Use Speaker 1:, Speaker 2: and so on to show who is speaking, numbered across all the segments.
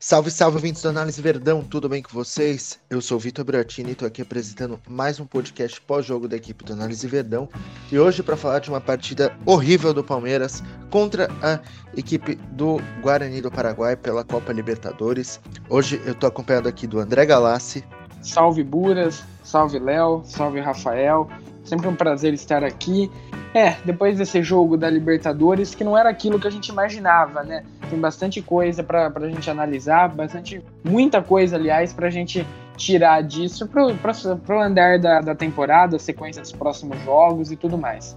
Speaker 1: Salve, salve, ouvintes do Análise Verdão, tudo bem com vocês? Eu sou o Vitor Bratini e estou aqui apresentando mais um podcast pós-jogo da equipe do Análise Verdão. E hoje para falar de uma partida horrível do Palmeiras contra a equipe do Guarani do Paraguai pela Copa Libertadores. Hoje eu estou acompanhado aqui do André Galassi.
Speaker 2: Salve Buras, salve Léo, salve Rafael, sempre um prazer estar aqui. Depois desse jogo da Libertadores, que não era aquilo que a gente imaginava, né? Tem bastante coisa pra gente analisar, muita coisa, aliás, pra gente tirar disso pro andar da temporada, sequência dos próximos jogos e tudo mais.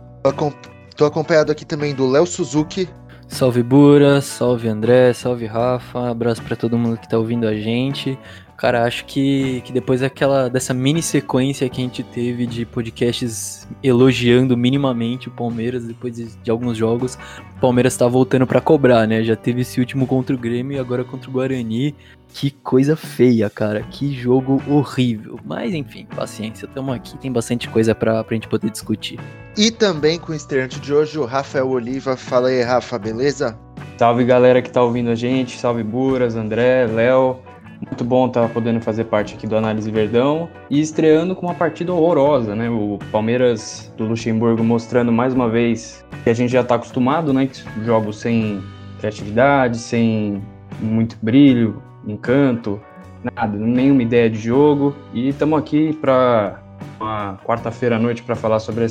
Speaker 1: Tô acompanhado aqui também do Léo Suzuki.
Speaker 3: Salve Buras, salve André, salve Rafa, abraço pra todo mundo que tá ouvindo a gente. Cara, acho que depois dessa mini sequência que a gente teve de podcasts elogiando minimamente o Palmeiras, depois de alguns jogos, o Palmeiras tá voltando pra cobrar, né? Já teve esse último contra o Grêmio e agora contra o Guarani. Que coisa feia, cara. Que jogo horrível. Mas, enfim, paciência. Tamo aqui, tem bastante coisa pra gente poder discutir.
Speaker 1: E também com o estreante de hoje, o Rafael Oliva. Fala aí, Rafa, beleza?
Speaker 4: Salve, galera que tá ouvindo a gente. Salve, Buras, André, Léo. Muito bom estar podendo fazer parte aqui do Análise Verdão e estreando com uma partida horrorosa, né? O Palmeiras do Luxemburgo mostrando mais uma vez que a gente já está acostumado, né? Jogos sem criatividade, sem muito brilho, encanto, nada, nenhuma ideia de jogo. E estamos aqui para uma quarta-feira à noite para falar sobre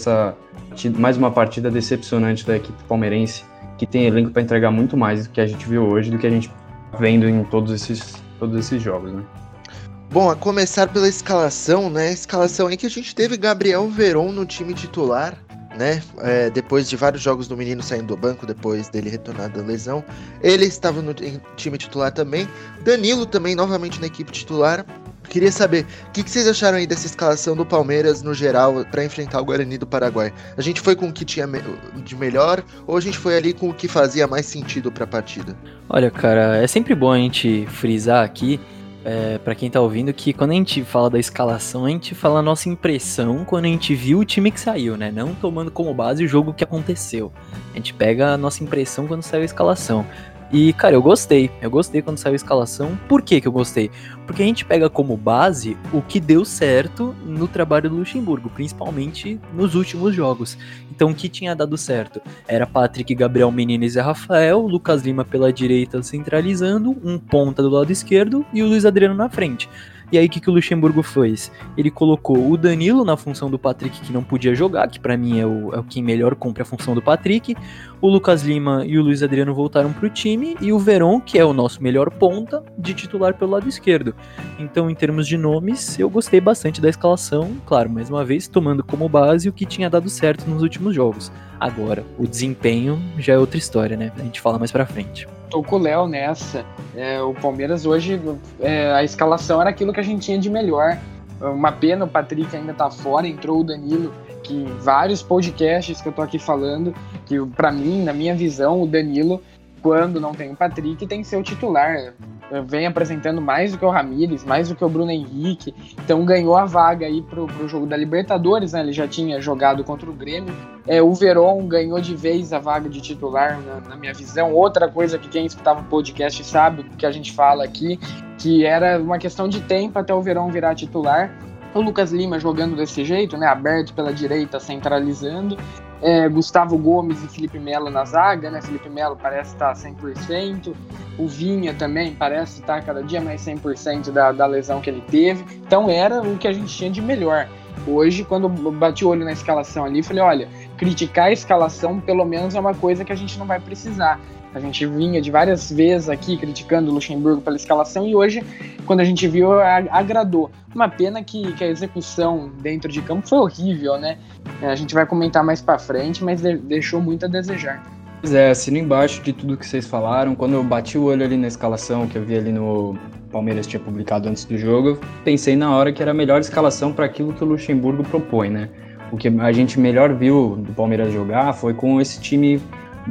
Speaker 4: mais uma partida decepcionante da equipe palmeirense, que tem elenco para entregar muito mais do que a gente viu hoje, do que a gente vendo em todos esses jogos, né?
Speaker 1: Bom, a começar pela escalação, né? Escalação aí que a gente teve Gabriel Veron no time titular, né? Depois de vários jogos do menino saindo do banco, depois dele retornar da lesão. Ele estava no time titular também. Danilo também, novamente na equipe titular. Queria saber, o que vocês acharam aí dessa escalação do Palmeiras no geral para enfrentar o Guarani do Paraguai? A gente foi com o que tinha de melhor ou a gente foi ali com o que fazia mais sentido para a partida?
Speaker 3: Olha, cara, é sempre bom a gente frisar aqui, para quem tá ouvindo, que quando a gente fala da escalação, a gente fala a nossa impressão quando a gente viu o time que saiu, né? Não tomando como base o jogo que aconteceu. A gente pega a nossa impressão quando saiu a escalação. E, cara, eu gostei quando saiu a escalação. Por que eu gostei? Porque a gente pega como base o que deu certo no trabalho do Luxemburgo, principalmente nos últimos jogos. Então, o que tinha dado certo? Era Patrick, Gabriel Menino, Zé Rafael, Lucas Lima pela direita centralizando, um ponta do lado esquerdo e o Luiz Adriano na frente. E aí, o que o Luxemburgo fez? Ele colocou o Danilo na função do Patrick, que não podia jogar, que pra mim é o quem melhor cumpre a função do Patrick. O Lucas Lima e o Luiz Adriano voltaram pro time, e o Veron, que é o nosso melhor ponta, de titular pelo lado esquerdo. Então, em termos de nomes, eu gostei bastante da escalação, claro, mais uma vez, tomando como base o que tinha dado certo nos últimos jogos. Agora, o desempenho já é outra história, né? A gente fala mais pra frente.
Speaker 2: Tô com o Léo nessa. O Palmeiras hoje, a escalação era aquilo que a gente tinha de melhor. Uma pena o Patrick ainda tá fora, entrou o Danilo, que vários podcasts que eu tô aqui falando, que pra mim, na minha visão, o Danilo, quando não tem o Patrick, tem que ser o titular. Vem apresentando mais do que o Ramires, mais do que o Bruno Henrique, então ganhou a vaga aí pro jogo da Libertadores, né? Ele já tinha jogado contra o Grêmio. O Veron ganhou de vez a vaga de titular, na minha visão. Outra coisa que quem escutava o podcast sabe o que a gente fala aqui, que era uma questão de tempo até o Veron virar titular. O Lucas Lima jogando desse jeito, né? Aberto pela direita, centralizando. Gustavo Gomes e Felipe Melo na zaga, né? Felipe Melo parece estar 100%, o Vinha também parece estar cada dia mais 100% da lesão que ele teve, então era o que a gente tinha de melhor. Hoje, quando eu bati o olho na escalação ali, falei, olha, criticar a escalação pelo menos é uma coisa que a gente não vai precisar. A gente vinha de várias vezes aqui criticando o Luxemburgo pela escalação e hoje, quando a gente viu, agradou. Uma pena que a execução dentro de campo foi horrível, né? A gente vai comentar mais pra frente, mas deixou muito a desejar.
Speaker 4: Pois assino embaixo de tudo que vocês falaram. Quando eu bati o olho ali na escalação que eu vi ali no Palmeiras tinha publicado antes do jogo, eu pensei na hora que era a melhor escalação para aquilo que o Luxemburgo propõe, né? O que a gente melhor viu do Palmeiras jogar foi com esse time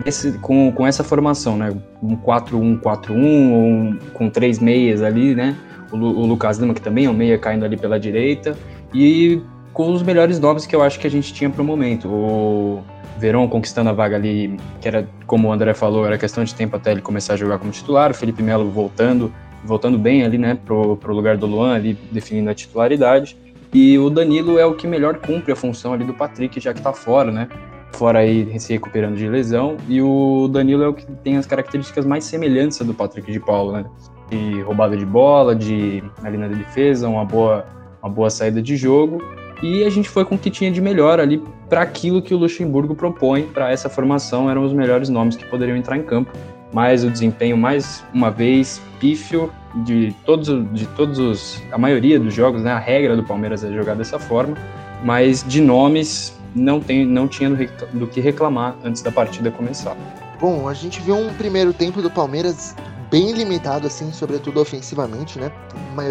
Speaker 4: com essa formação, né? Um 4-1-4-1 ou com 3 meias ali, né? O Lucas Lima, que também é um meia caindo ali pela direita, e com os melhores nomes que eu acho que a gente tinha pro momento. O Veron conquistando a vaga ali, que era, como o André falou, era questão de tempo até ele começar a jogar como titular, o Felipe Melo voltando voltando bem ali, né, pro lugar do Luan, ali definindo a titularidade. E o Danilo é o que melhor cumpre a função ali do Patrick, já que tá fora, né? Fora aí se recuperando de lesão. E o Danilo é o que tem as características mais semelhantes do Patrick de Paula, né? De roubada de bola, ali na defesa, uma boa saída de jogo. E a gente foi com o que tinha de melhor ali para aquilo que o Luxemburgo propõe para essa formação. Eram os melhores nomes que poderiam entrar em campo. Mas o desempenho, mais uma vez, pífio a maioria dos jogos, né? A regra do Palmeiras é jogar dessa forma, mas de nomes não tinha do que reclamar antes da partida começar.
Speaker 1: Bom, a gente viu um primeiro tempo do Palmeiras bem limitado, assim, sobretudo ofensivamente, né?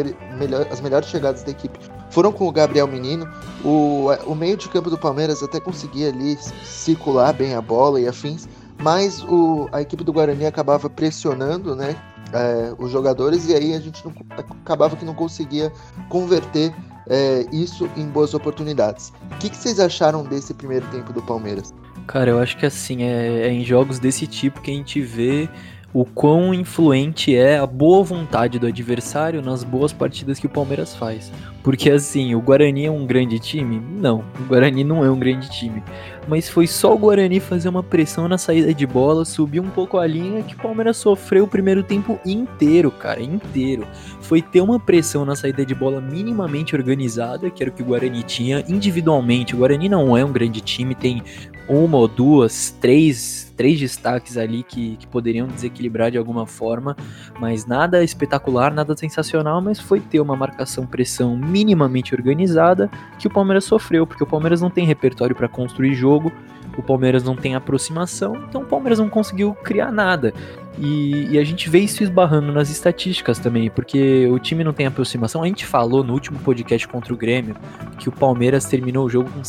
Speaker 1: As melhores chegadas da equipe foram com o Gabriel Menino. O meio de campo do Palmeiras até conseguia ali circular bem a bola e afins, mas a equipe do Guarani acabava pressionando, né, os jogadores, e aí a gente acabava que não conseguia converter isso em boas oportunidades. O que vocês acharam desse primeiro tempo do Palmeiras?
Speaker 3: Cara, eu acho que assim, é em jogos desse tipo que a gente vê o quão influente é a boa vontade do adversário nas boas partidas que o Palmeiras faz. Porque assim, o Guarani é um grande time? Não, o Guarani não é um grande time. Mas foi só o Guarani fazer uma pressão na saída de bola, subir um pouco a linha, que o Palmeiras sofreu o primeiro tempo inteiro, cara, inteiro. Foi ter uma pressão na saída de bola minimamente organizada, que era o que o Guarani tinha individualmente. O Guarani não é um grande time, tem uma ou duas, três destaques ali que poderiam desequilibrar de alguma forma, mas nada espetacular, nada sensacional, mas foi ter uma marcação-pressão minimamente organizada que o Palmeiras sofreu, porque o Palmeiras não tem repertório para construir jogo, o Palmeiras não tem aproximação, então o Palmeiras não conseguiu criar nada. E a gente vê isso esbarrando nas estatísticas também, porque o time não tem aproximação. A gente falou no último podcast contra o Grêmio que o Palmeiras terminou o jogo com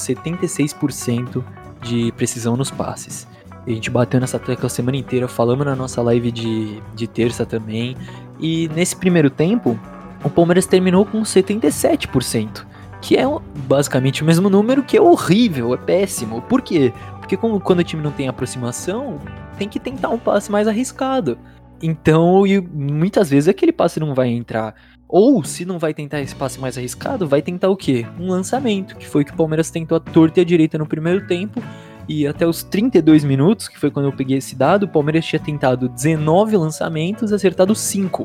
Speaker 3: 76% de precisão nos passes. A gente bateu nessa tecla a semana inteira, falamos na nossa live de terça também. E nesse primeiro tempo, o Palmeiras terminou com 77%, que é basicamente o mesmo número, que é horrível, é péssimo. Por quê? Porque quando o time não tem aproximação, tem que tentar um passe mais arriscado. Então, muitas vezes aquele passe não vai entrar. Ou, se não vai tentar esse passe mais arriscado, vai tentar o quê? Um lançamento, que foi o que o Palmeiras tentou à torta e à direita no primeiro tempo. E até os 32 minutos, que foi quando eu peguei esse dado, o Palmeiras tinha tentado 19 lançamentos e acertado 5.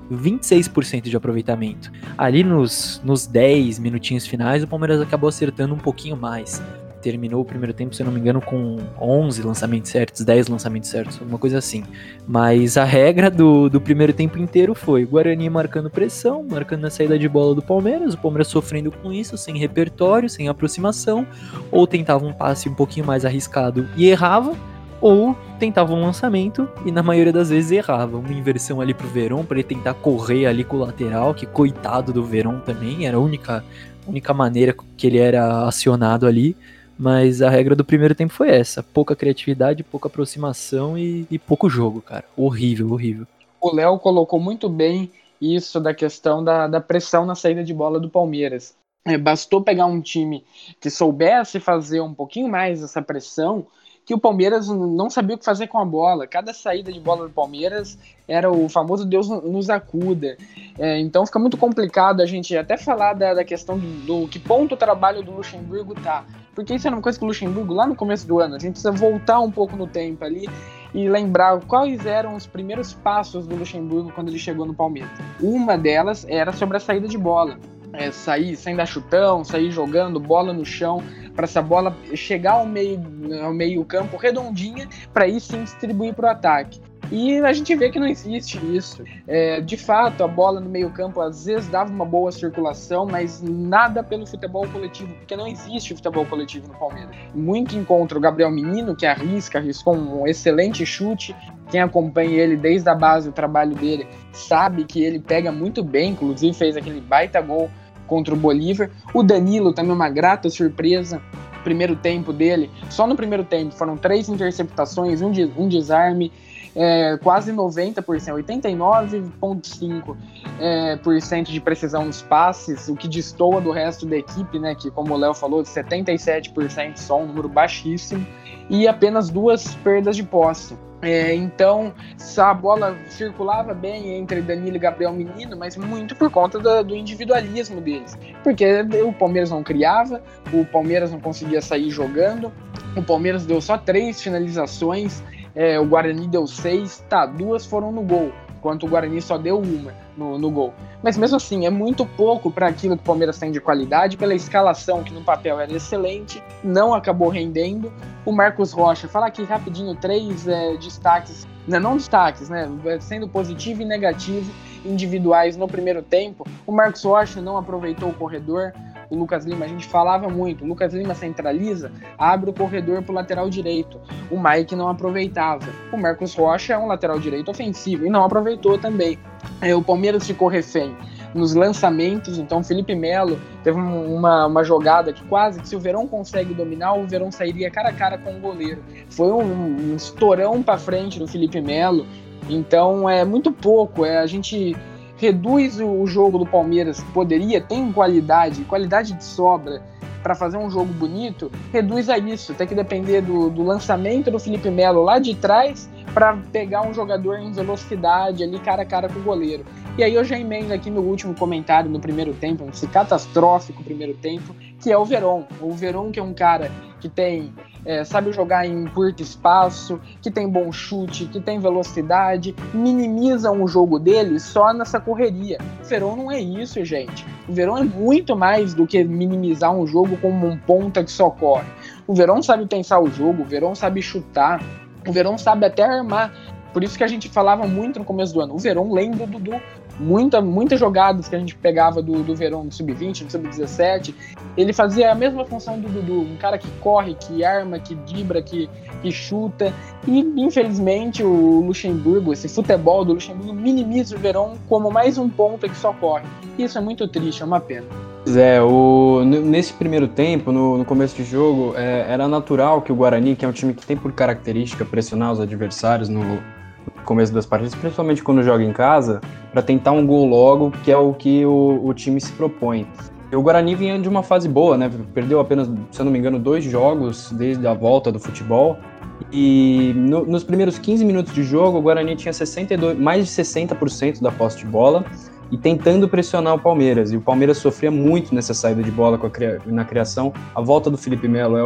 Speaker 3: 26% de aproveitamento. Ali nos 10 minutinhos finais, o Palmeiras acabou acertando um pouquinho mais. Terminou o primeiro tempo, se eu não me engano, com 11 lançamentos certos, 10 lançamentos certos, alguma coisa assim. Mas a regra do primeiro tempo inteiro foi o Guarani marcando pressão, marcando a saída de bola do Palmeiras, o Palmeiras sofrendo com isso, sem repertório, sem aproximação, ou tentava um passe um pouquinho mais arriscado e errava, ou tentava um lançamento e na maioria das vezes errava. Uma inversão ali pro Verón, para ele tentar correr ali com o lateral, que coitado do Verón também, era a única maneira que ele era acionado ali. Mas a regra do primeiro tempo foi essa: pouca criatividade, pouca aproximação e pouco jogo, cara. Horrível, horrível.
Speaker 2: O Léo colocou muito bem isso da questão da pressão na saída de bola do Palmeiras. Bastou pegar um time que soubesse fazer um pouquinho mais essa pressão, que o Palmeiras não sabia o que fazer com a bola. Cada saída de bola do Palmeiras era o famoso Deus nos acuda. Então fica muito complicado a gente até falar da questão do que ponto o trabalho do Luxemburgo tá. Porque isso era uma coisa que o Luxemburgo, lá no começo do ano, a gente precisa voltar um pouco no tempo ali e lembrar quais eram os primeiros passos do Luxemburgo quando ele chegou no Palmeiras. Uma delas era sobre a saída de bola. Sair sem dar chutão, sair jogando bola no chão, para essa bola chegar ao meio campo redondinha, para aí sim distribuir para o ataque. E a gente vê que não existe isso. De fato, a bola no meio campo às vezes dava uma boa circulação, mas nada pelo futebol coletivo, porque não existe futebol coletivo no Palmeiras. Muito encontra o Gabriel Menino, que arriscou um excelente chute. Quem acompanha ele desde a base, o trabalho dele, sabe que ele pega muito bem, inclusive fez aquele baita gol contra o Bolívar. O Danilo também uma grata surpresa. Primeiro tempo dele, só no primeiro tempo foram 3 interceptações, um desarme, quase 90%, 89,5% de precisão nos passes, o que destoa do resto da equipe, né, que como o Léo falou, 77% só, um número baixíssimo, e apenas 2 perdas de posse. Então, a bola circulava bem entre Danilo e Gabriel Menino, mas muito por conta do individualismo deles. Porque o Palmeiras não criava, o Palmeiras não conseguia sair jogando, o Palmeiras deu só 3 finalizações, o Guarani deu 6, 2 foram no gol, enquanto o Guarani só deu 1 no gol. Mas mesmo assim, é muito pouco para aquilo que o Palmeiras tem de qualidade, pela escalação, que no papel era excelente, não acabou rendendo. O Marcos Rocha, falar aqui rapidinho 3 destaques, não destaques, né, sendo positivo e negativo, individuais no primeiro tempo. O Marcos Rocha não aproveitou o corredor. O Lucas Lima, a gente falava muito, o Lucas Lima centraliza, abre o corredor para o lateral direito. O Mike não aproveitava. O Marcos Rocha é um lateral direito ofensivo e não aproveitou também. O Palmeiras ficou refém nos lançamentos, então o Felipe Melo teve uma jogada que quase que, se o Verón consegue dominar, o Verón sairia cara a cara com o goleiro. Foi um estourão para frente do Felipe Melo, então é muito pouco, a gente reduz o jogo do Palmeiras, que tem qualidade de sobra para fazer um jogo bonito, reduz a isso, tem que depender do lançamento do Felipe Melo lá de trás para pegar um jogador em velocidade ali cara a cara com o goleiro. E aí eu já emendo aqui meu último comentário no primeiro tempo, esse catastrófico primeiro tempo, que é o Verón. O Verón, que é um cara que sabe jogar em curto espaço, que tem bom chute, que tem velocidade, minimizam o jogo dele só nessa correria. O Verón não é isso, gente. O Verón é muito mais do que minimizar um jogo como um ponta que só corre. O Verón sabe pensar o jogo, o Verón sabe chutar, o Verón sabe até armar. Por isso que a gente falava muito no começo do ano. O Verón lembra do Dudu. Muitas jogadas que a gente pegava do Verón no Sub-20, no Sub-17, ele fazia a mesma função do Dudu, um cara que corre, que arma, que dribla, que chuta, e infelizmente o Luxemburgo, esse futebol do Luxemburgo, minimiza o Verón como mais um ponta que só corre. Isso é muito triste, é uma pena.
Speaker 4: Nesse primeiro tempo, no começo de jogo, era natural que o Guarani, que é um time que tem por característica pressionar os adversários no começo das partidas, principalmente quando joga em casa, para tentar um gol logo, que é o que o time se propõe. O Guarani vinha de uma fase boa, né? Perdeu apenas, se eu não me engano, 2 jogos desde a volta do futebol, e nos primeiros 15 minutos de jogo, o Guarani tinha mais de 60% da posse de bola, e tentando pressionar o Palmeiras, e o Palmeiras sofria muito nessa saída de bola na criação. A volta do Felipe Melo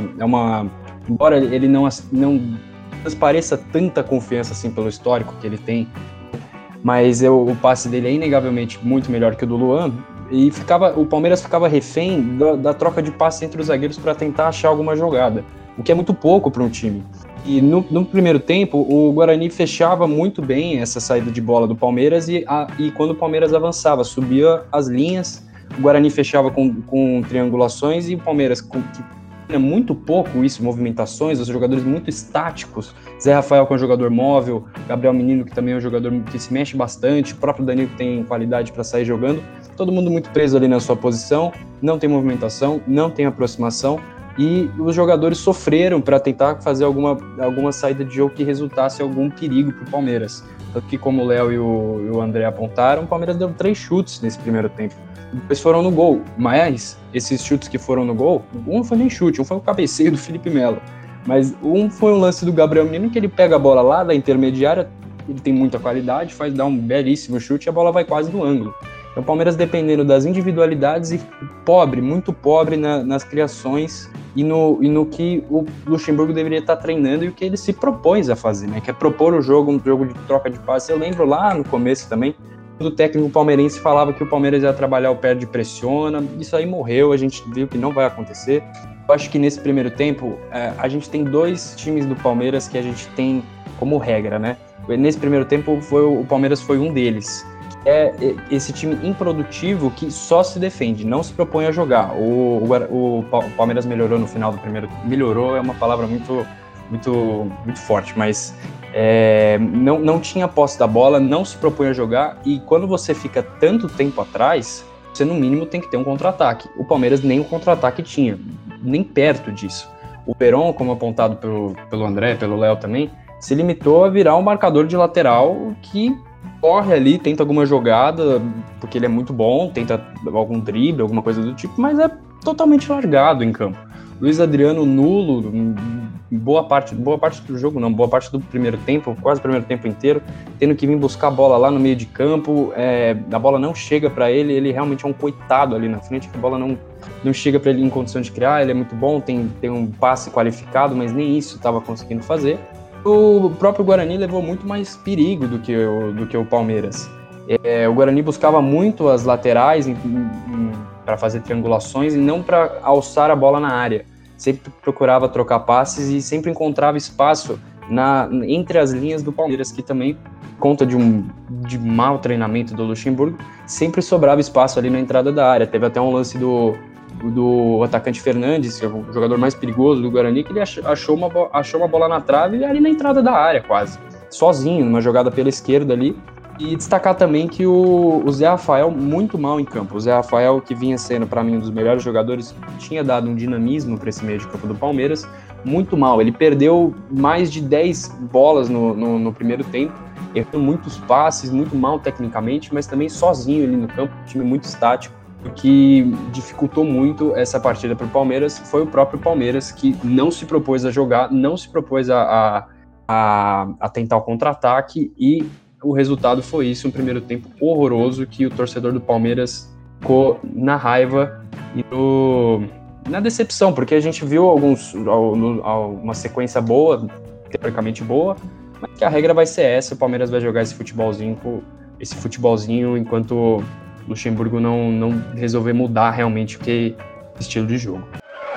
Speaker 4: embora ele não transpareça tanta confiança assim pelo histórico que ele tem, mas o passe dele é inegavelmente muito melhor que o do Luan, e o Palmeiras ficava refém da troca de passe entre os zagueiros para tentar achar alguma jogada, o que é muito pouco para um time. E no primeiro tempo, o Guarani fechava muito bem essa saída de bola do Palmeiras, e quando o Palmeiras avançava, subia as linhas, o Guarani fechava com triangulações, e o Palmeiras, que tinha muito pouco isso, movimentações, os jogadores muito estáticos, Zé Rafael, que é um jogador móvel, Gabriel Menino, que também é um jogador que se mexe bastante, o próprio Danilo, que tem qualidade para sair jogando, todo mundo muito preso ali na sua posição, não tem movimentação, não tem aproximação, e os jogadores sofreram para tentar fazer alguma saída de jogo que resultasse algum perigo para o Palmeiras. Tanto que, como o Léo e o André apontaram, o Palmeiras deu 3 chutes nesse primeiro tempo. Depois foram no gol, mas esses chutes que foram no gol, um não foi nem chute, um foi o cabeceio do Felipe Melo. Mas um foi um lance do Gabriel Menino, que ele pega a bola lá da intermediária, ele tem muita qualidade, dá um belíssimo chute e a bola vai quase no ângulo. Então o Palmeiras dependendo das individualidades e muito pobre nas criações e no que o Luxemburgo deveria estar treinando e o que ele se propõe a fazer, né? Que é propor um jogo de troca de passe. Eu lembro lá no começo também, o técnico palmeirense falava que o Palmeiras ia trabalhar o perde e pressiona. Isso aí morreu, a gente viu que não vai acontecer. Eu acho que nesse primeiro tempo, a gente tem 2 times do Palmeiras que a gente tem como regra, né? Nesse primeiro tempo, o Palmeiras foi um deles. É esse time improdutivo que só se defende, não se propõe a jogar. O Palmeiras melhorou no final do primeiro... Melhorou é uma palavra muito, muito, muito forte, mas não tinha posse da bola, não se propõe a jogar, e quando você fica tanto tempo atrás, você no mínimo tem que ter um contra-ataque. O Palmeiras nem um contra-ataque tinha, nem perto disso. O Verón, como apontado pelo André, pelo Léo também, se limitou a virar um marcador de lateral que corre ali, tenta alguma jogada, porque ele é muito bom, tenta algum drible, alguma coisa do tipo, mas é totalmente largado em campo. Luiz Adriano nulo, boa parte do jogo, não, boa parte do primeiro tempo, quase o primeiro tempo inteiro, tendo que vir buscar a bola lá no meio de campo, a bola não chega para ele realmente é um coitado ali na frente, que a bola não chega para ele em condição de criar, ele é muito bom, tem um passe qualificado, mas nem isso estava conseguindo fazer. O próprio Guarani levou muito mais perigo do que o Palmeiras. O Guarani buscava muito as laterais para fazer triangulações e não para alçar a bola na área. Sempre procurava trocar passes e sempre encontrava espaço entre as linhas do Palmeiras, que também, por conta de mau treinamento do Luxemburgo, sempre sobrava espaço ali na entrada da área. Teve até um lance do atacante Fernandes, que é o jogador mais perigoso do Guarani, que ele achou uma bola na trave ali na entrada da área, quase, sozinho, numa jogada pela esquerda ali. E destacar também que o Zé Rafael, muito mal em campo. O Zé Rafael, que vinha sendo, para mim, um dos melhores jogadores, tinha dado um dinamismo para esse meio de campo do Palmeiras, muito mal. Ele perdeu mais de 10 bolas no primeiro tempo, errou muitos passes, muito mal tecnicamente, mas também sozinho ali no campo, um time muito estático. O que dificultou muito essa partida para o Palmeiras foi o próprio Palmeiras, que não se propôs a jogar, não se propôs a tentar o contra-ataque, e o resultado foi isso, um primeiro tempo horroroso, que o torcedor do Palmeiras ficou na raiva e na decepção, porque a gente viu uma sequência boa, teoricamente boa, mas que a regra vai ser essa, o Palmeiras vai jogar esse futebolzinho enquanto o Luxemburgo não resolver mudar realmente o estilo de jogo.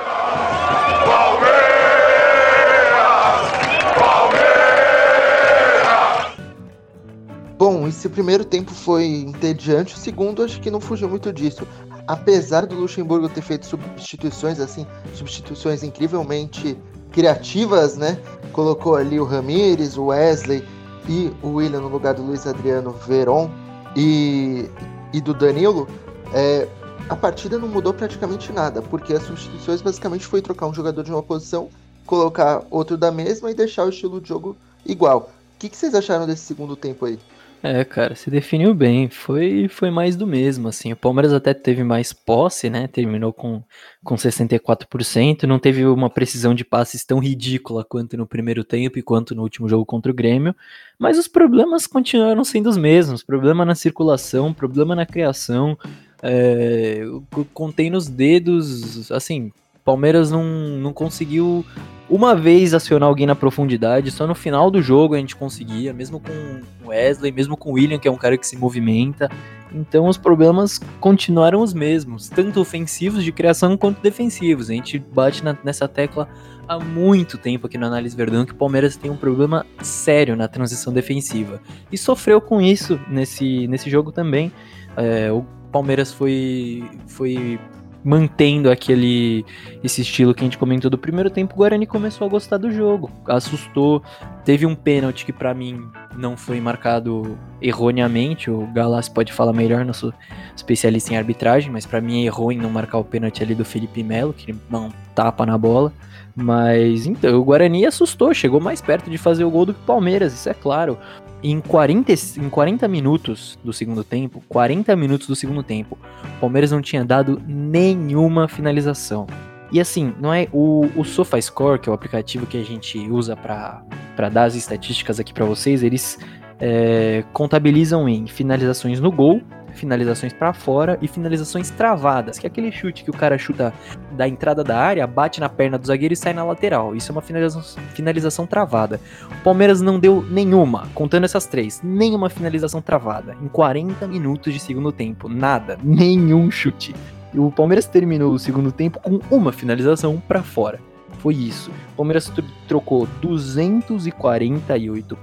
Speaker 1: Bom, esse primeiro tempo foi entediante, o segundo acho que não fugiu muito disso. Apesar do Luxemburgo ter feito substituições incrivelmente criativas, né? Colocou ali o Ramires, o Wesley e o William no lugar do Luiz Adriano Veron e do Danilo, a partida não mudou praticamente nada, porque as substituições basicamente foi trocar um jogador de uma posição, colocar outro da mesma e deixar o estilo de jogo igual. O que vocês acharam desse segundo tempo aí?
Speaker 3: Cara, se definiu bem, foi mais do mesmo, assim, o Palmeiras até teve mais posse, né, terminou com 64%, não teve uma precisão de passes tão ridícula quanto no primeiro tempo e quanto no último jogo contra o Grêmio, mas os problemas continuaram sendo os mesmos, problema na circulação, problema na criação, eu contei nos dedos, assim, o Palmeiras não conseguiu uma vez acionar alguém na profundidade, só no final do jogo a gente conseguia, mesmo com o Wesley, mesmo com o William, que é um cara que se movimenta. Então os problemas continuaram os mesmos, tanto ofensivos de criação quanto defensivos. A gente bate nessa tecla há muito tempo aqui no Análise Verdão, que o Palmeiras tem um problema sério na transição defensiva. E sofreu com isso nesse jogo também. O Palmeiras foi mantendo esse estilo que a gente comentou do primeiro tempo. O Guarani começou a gostar do jogo, assustou, teve um pênalti que pra mim não foi marcado erroneamente, o Galassi pode falar melhor, não sou especialista em arbitragem, mas pra mim errou em não marcar o pênalti ali do Felipe Melo, que dá um tapa na bola, mas então, o Guarani assustou, chegou mais perto de fazer o gol do que o Palmeiras, isso é claro. Em 40 minutos do segundo tempo, o Palmeiras não tinha dado nenhuma finalização. E assim, não é o SofaScore, que é o aplicativo que a gente usa para dar as estatísticas aqui para vocês, eles contabilizam em finalizações no gol, finalizações para fora e finalizações travadas, que é aquele chute que o cara chuta da entrada da área, bate na perna do zagueiro e sai na lateral. Isso é uma finalização travada. O Palmeiras não deu nenhuma, contando essas três, nenhuma finalização travada. Em 40 minutos de segundo tempo, nada, nenhum chute. O Palmeiras terminou o segundo tempo com uma finalização para fora. Foi isso. O Palmeiras trocou 248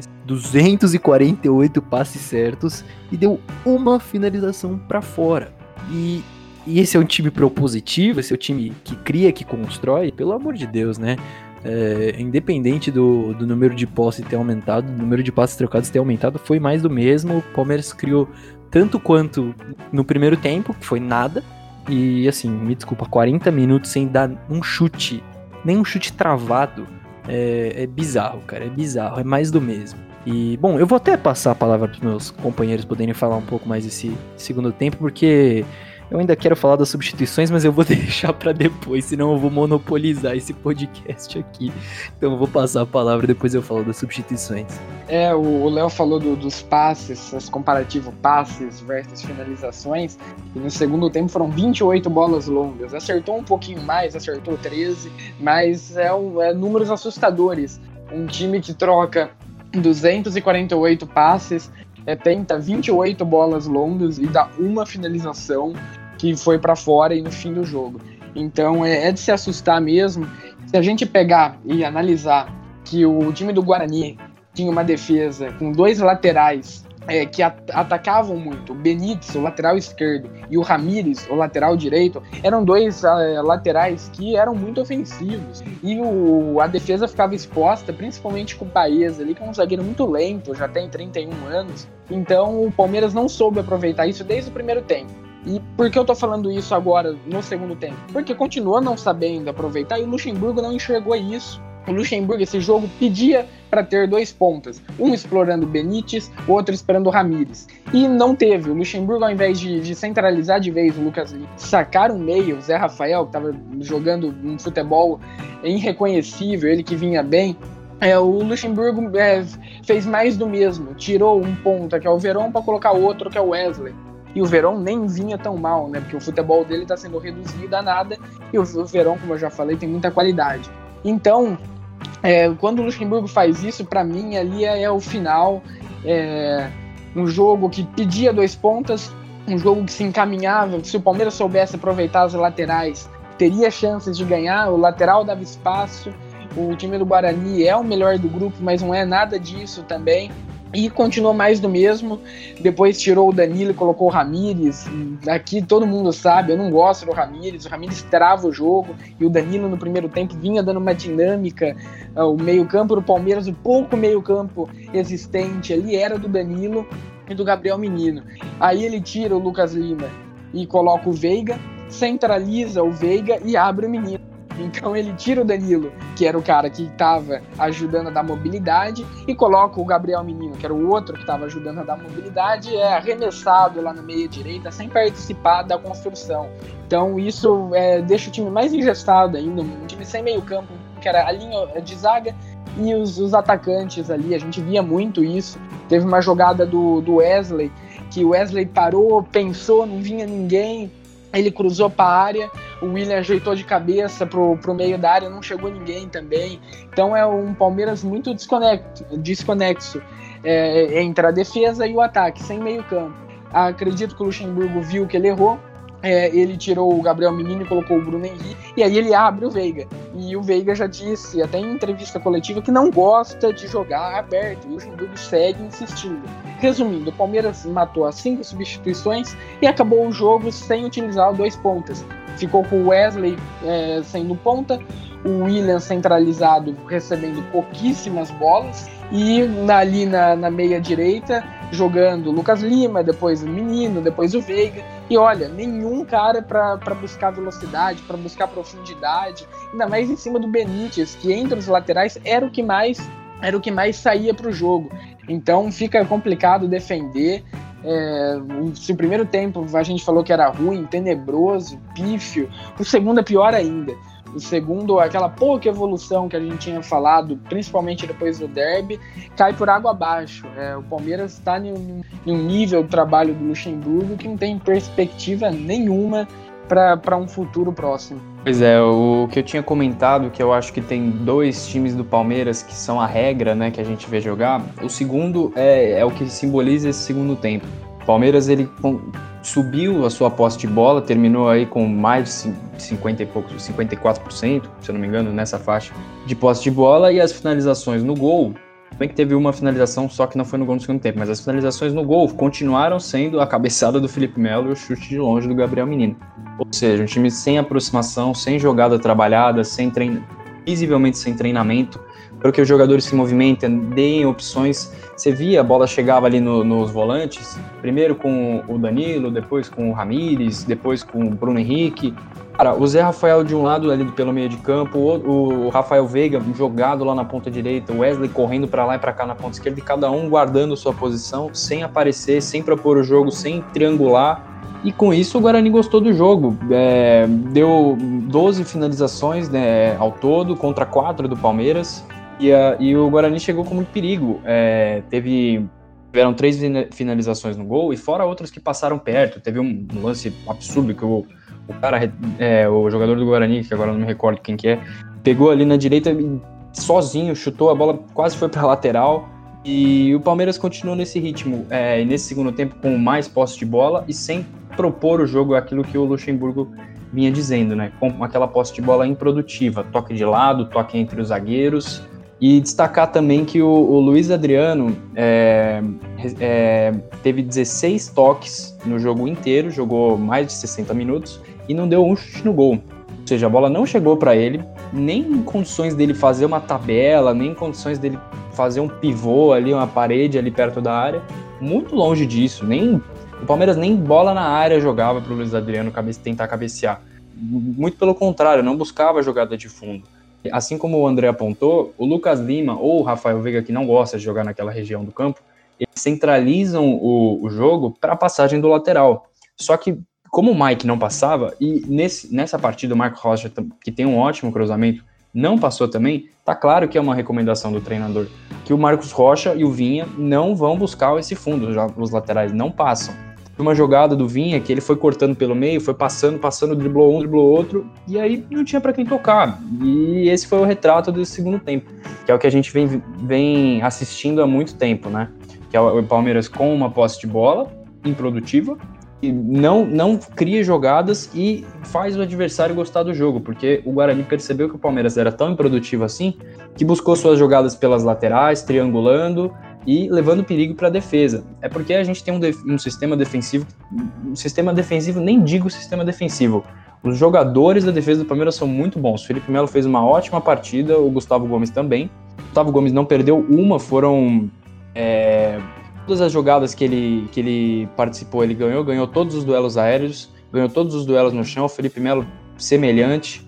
Speaker 3: passes certos e deu uma finalização pra fora. E esse é um time propositivo, esse é o time que cria, que constrói, pelo amor de Deus, né? Independente do número de posse ter aumentado, do número de passes trocados ter aumentado, foi mais do mesmo. O Palmeiras criou tanto quanto no primeiro tempo, que foi nada. E assim, me desculpa, 40 minutos sem dar um chute, nem um chute travado, é bizarro, cara, é bizarro, é mais do mesmo. E, bom, eu vou até passar a palavra para os meus companheiros poderem falar um pouco mais desse segundo tempo, porque Eu ainda quero falar das substituições, mas eu vou deixar pra depois, senão eu vou monopolizar esse podcast aqui. Então eu vou passar a palavra, depois eu falo das substituições.
Speaker 2: O Léo falou dos passes, as comparativo passes versus finalizações, e no segundo tempo foram 28 bolas longas. Acertou um pouquinho mais, acertou 13, mas é números assustadores. Um time que troca 248 passes, tenta 28 bolas longas e dá uma finalização que foi para fora e no fim do jogo. Então é de se assustar mesmo. Se a gente pegar e analisar que o time do Guarani tinha uma defesa com 2 laterais que atacavam muito, o Benítez, o lateral esquerdo, e o Ramírez, o lateral direito, eram 2 laterais que eram muito ofensivos, e a defesa ficava exposta, principalmente com o Baez ali, que é um zagueiro muito lento, já tem 31 anos, então o Palmeiras não soube aproveitar isso desde o primeiro tempo. E por que eu tô falando isso agora, no segundo tempo? Porque continua não sabendo aproveitar, e o Luxemburgo não enxergou isso. O Luxemburgo, esse jogo, pedia para ter 2 pontas, um explorando o Benítez, o outro esperando o Ramírez. E não teve. O Luxemburgo, ao invés de centralizar de vez o Lucas Lima, sacar um meio, o Zé Rafael, que estava jogando um futebol irreconhecível, ele que vinha bem, o Luxemburgo fez mais do mesmo. Tirou um ponta, que é o Verón, para colocar outro, que é o Wesley. E o Verón nem vinha tão mal, né? Porque o futebol dele está sendo reduzido a nada, e o Verón, como eu já falei, tem muita qualidade. Então, quando o Luxemburgo faz isso, para mim, ali é o final. Um jogo que pedia 2 pontas, um jogo que se encaminhava. Se o Palmeiras soubesse aproveitar as laterais, teria chances de ganhar. O lateral dava espaço. O time do Guarani é o melhor do grupo, mas não é nada disso também. E continuou mais do mesmo. Depois tirou o Danilo e colocou o Ramírez. Aqui todo mundo sabe, eu não gosto do Ramírez. O Ramírez trava o jogo. E o Danilo no primeiro tempo vinha dando uma dinâmica. O meio-campo do Palmeiras, o pouco meio-campo existente ali era do Danilo e do Gabriel Menino. Aí ele tira o Lucas Lima e coloca o Veiga, centraliza o Veiga e abre o Menino. Então ele tira o Danilo, que era o cara que estava ajudando a dar mobilidade, e coloca o Gabriel Menino, que era o outro que estava ajudando a dar mobilidade, arremessado lá na meia direita, sem participar da construção. Então isso deixa o time mais engessado ainda, um time sem meio campo, que era a linha de zaga e os atacantes ali. A gente via muito isso. Teve uma jogada do Wesley, que o Wesley parou, pensou, não vinha ninguém, ele cruzou para a área, o William ajeitou de cabeça pro meio da área, não chegou ninguém também. Então é um Palmeiras muito desconexo entre a defesa e o ataque, sem meio campo. Acredito que o Luxemburgo viu que ele errou, ele tirou o Gabriel Menino e colocou o Bruno Henrique, e aí ele abre o Veiga. E o Veiga já disse, até em entrevista coletiva, que não gosta de jogar aberto, e o Luxemburgo segue insistindo. Resumindo, o Palmeiras matou as 5 substituições e acabou o jogo sem utilizar 2 pontas. Ficou com o Wesley sendo ponta, o William centralizado recebendo pouquíssimas bolas, e ali na meia direita jogando o Lucas Lima, depois o Menino, depois o Veiga. E olha, nenhum cara para buscar velocidade, para buscar profundidade, ainda mais em cima do Benítez, que entre os laterais era o que mais saía para o jogo. Então fica complicado defender. Se o primeiro tempo a gente falou que era ruim, tenebroso, pífio, o segundo é pior ainda. O segundo, aquela pouca evolução que a gente tinha falado, principalmente depois do derby, cai por água abaixo. O Palmeiras está em um nível de trabalho do Luxemburgo que não tem perspectiva nenhuma para um futuro próximo.
Speaker 4: Pois é, o que eu tinha comentado, que eu acho que tem 2 times do Palmeiras que são a regra, né, que a gente vê jogar. O segundo é o que simboliza esse segundo tempo. O Palmeiras, ele subiu a sua posse de bola, terminou aí com mais de 50 e poucos, 54%, se eu não me engano, nessa faixa de posse de bola, e as finalizações no gol, bem que teve uma finalização só que não foi no gol no segundo tempo, mas as finalizações no gol continuaram sendo a cabeçada do Felipe Melo e o chute de longe do Gabriel Menino. Ou seja, um time sem aproximação, sem jogada trabalhada, visivelmente sem treinamento, para que os jogadores se movimentem, deem opções. Você via, a bola chegava ali nos volantes, primeiro com o Danilo, depois com o Ramírez, depois com o Bruno Henrique. Cara, o Zé Rafael de um lado ali pelo meio de campo, o Rafael Veiga jogado lá na ponta direita, o Wesley correndo para lá e para cá na ponta esquerda, e cada um guardando sua posição, sem aparecer, sem propor o jogo, sem triangular. E com isso o Guarani gostou do jogo, deu 12 finalizações, né, ao todo, contra 4 do Palmeiras, e o Guarani chegou com muito perigo. Tiveram 3 finalizações no gol, e fora outros que passaram perto. Teve um lance absurdo que o jogador do Guarani, que agora não me recordo quem que é, pegou ali na direita e sozinho, chutou, a bola quase foi para a lateral. E o Palmeiras continuou nesse ritmo, e nesse segundo tempo, com mais posse de bola e sem propor o jogo, aquilo que o Luxemburgo vinha dizendo, né? Com aquela posse de bola improdutiva, toque de lado, toque entre os zagueiros. E destacar também que o Luiz Adriano teve 16 toques no jogo inteiro, jogou mais de 60 minutos e não deu um chute no gol. Ou seja, a bola não chegou para ele, nem em condições dele fazer uma tabela, nem em condições dele fazer um pivô ali, uma parede ali perto da área. Muito longe disso. O Palmeiras nem bola na área jogava para o Luiz Adriano tentar cabecear. Muito pelo contrário, não buscava a jogada de fundo. Assim como o André apontou, o Lucas Lima ou o Rafael Veiga, que não gosta de jogar naquela região do campo, eles centralizam o jogo para a passagem do lateral. Só que, como o Mike não passava, e nessa partida o Marcos Rocha, que tem um ótimo cruzamento, não passou também, tá claro que é uma recomendação do treinador, que o Marcos Rocha e o Vinha não vão buscar esse fundo, já os laterais não passam. Uma jogada do Vinha que ele foi cortando pelo meio, foi passando, driblou um, driblou outro, e aí não tinha para quem tocar. E esse foi o retrato desse segundo tempo, que é o que a gente vem assistindo há muito tempo, né? Que é o Palmeiras com uma posse de bola improdutiva, e não cria jogadas e faz o adversário gostar do jogo, porque o Guarani percebeu que o Palmeiras era tão improdutivo assim, que buscou suas jogadas pelas laterais, triangulando e levando perigo para a defesa. É porque a gente tem um sistema defensivo, nem digo sistema defensivo, os jogadores da defesa do Palmeiras são muito bons. O Felipe Melo fez uma ótima partida, o Gustavo Gomes também. O Gustavo Gomes não perdeu uma, foram todas as jogadas que ele participou, ele ganhou todos os duelos aéreos, ganhou todos os duelos no chão. O Felipe Melo semelhante.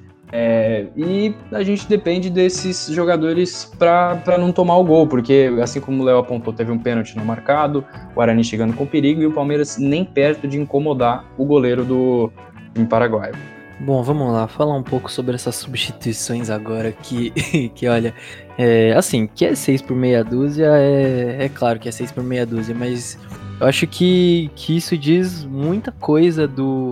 Speaker 4: E a gente depende desses jogadores para não tomar o gol, porque assim como o Léo apontou, teve um pênalti não marcado, o Guarani chegando com perigo e o Palmeiras nem perto de incomodar o goleiro do time paraguaio.
Speaker 3: Bom, vamos lá, falar um pouco sobre essas substituições agora que olha, assim, que é 6 por meia dúzia, é claro que é 6 por meia dúzia, mas eu acho que isso diz muita coisa